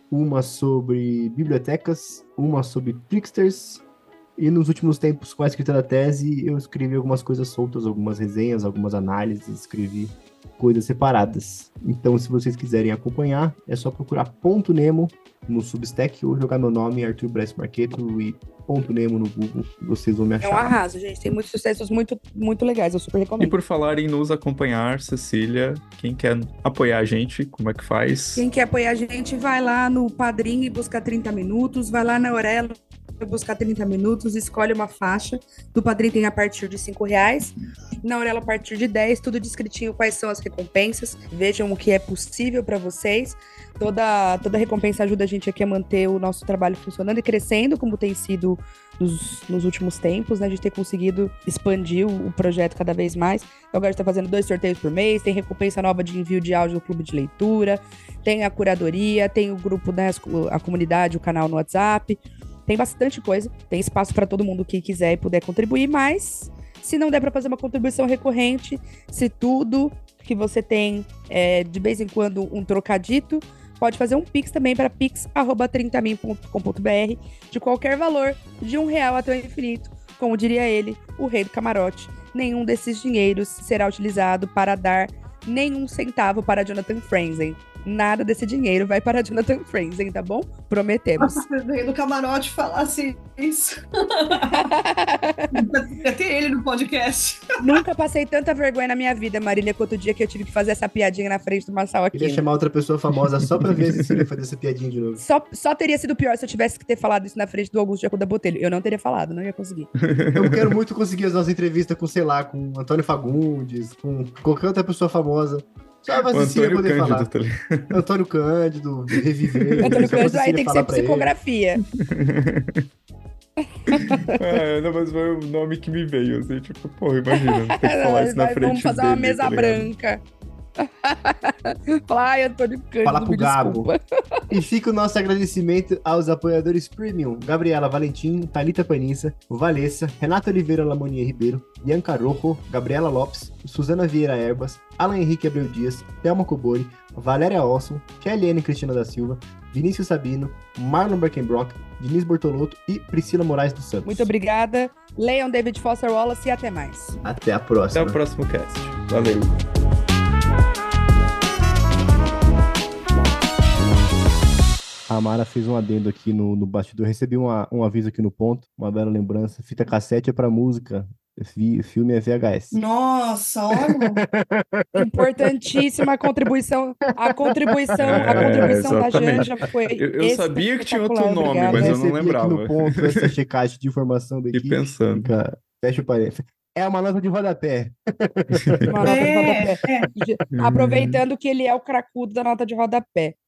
uma sobre bibliotecas, uma sobre tricksters, e nos últimos tempos, com a escrita da tese, eu escrevi algumas coisas soltas, algumas resenhas, algumas análises, escrevi coisas separadas. Então, se vocês quiserem acompanhar, é só procurar Ponto Nemo no Substack ou jogar meu nome, Arthur Bresco Marqueto, e Ponto Nemo no Google, vocês vão me É um achar. arraso, gente. Tem muitos sucessos muito, muito legais. Eu super E recomendo. por falar em nos acompanhar, Cecília, quem quer apoiar a gente, como é que faz? Quem quer apoiar a gente, vai lá no Padrim e busca 30 minutos, vai lá na Aurelo buscar 30 minutos, escolhe uma faixa. Do Padrim tem a partir de R$5, na Aurelo a partir de 10, tudo descritinho quais são as recompensas. Vejam o que é possível para vocês. Toda recompensa ajuda a gente aqui a manter o nosso trabalho funcionando e crescendo, como tem sido nos últimos tempos, né? A gente tem conseguido expandir o projeto cada vez mais. Então, agora a gente tá fazendo 2 sorteios por mês, tem recompensa nova de envio de áudio do clube de leitura, tem a curadoria, tem o grupo, né, a comunidade, o canal no WhatsApp. Tem bastante coisa, tem espaço para todo mundo que quiser e puder contribuir, mas se não der para fazer uma contribuição recorrente, se tudo que você tem de vez em quando um trocadito, pode fazer um Pix também para pix@30min.com.br de qualquer valor, de R$1 até o infinito. Como diria ele, o rei do camarote. Nenhum desses dinheiros será utilizado para dar nenhum centavo para Jonathan Franzen. Nada desse dinheiro vai para Jonathan Franzen, tá bom? Prometemos. Veio do camarote falar assim, isso. Ia ter ele no podcast. Nunca passei tanta vergonha na minha vida, Marília, quanto o dia que eu tive que fazer essa piadinha na frente do Marçal aqui. Queria chamar outra pessoa famosa só pra ver se você ia fazer essa piadinha de novo. Só teria sido pior se eu tivesse que ter falado isso na frente do Augusto Jacuda Botelho. Eu não teria falado, não ia conseguir. Eu quero muito conseguir as nossas entrevistas com, sei lá, com Antônio Fagundes, com qualquer outra pessoa famosa. Só pra O Cecília Antônio poder Cândido, falar. tá ligado? Antônio Cândido, Reviver. Antônio só pra Cândido, aí Cecília tem que falar ser pra ele. psicografia. Não, mas foi o nome que me veio, assim, tipo, porra, imagina, ter que falar isso na frente Vamos fazer uma dele, mesa tá ligado? branca. Falar, ai, Antônio Cândido, Falar pro me Gabo. desculpa. E fica o nosso agradecimento aos apoiadores Premium: Gabriela Valentim, Thalita Panissa, Valessa, Renata Oliveira Lamonier Ribeiro, Bianca Rojo, Gabriela Lopes, Suzana Vieira Erbas, Alan Henrique Abreu Dias, Thelma Cobori, Valéria Olson, Kelly Cristina da Silva, Vinícius Sabino, Marlon Berkenbrock, Diniz Bortolotto e Priscila Moraes dos Santos. Muito obrigada. Leiam David Foster Wallace e até mais. Até a Até próxima. o próximo cast. Valeu. A Mara fez um adendo aqui no bastidor. Recebi um aviso aqui no ponto, uma bela lembrança. Fita cassete é pra música, filme é VHS. Nossa, olha. Importantíssima a contribuição. A contribuição da exatamente. Janja foi Eu sabia que tinha outro espetacular, nome, obrigada. mas eu não Recebi lembrava. aqui no ponto essa checagem de informação daqui. Fiquei pensando. Fecha o parênteses. É uma nota de rodapé. Uma nota de É, rodapé. Aproveitando que ele é o cracudo da nota de rodapé.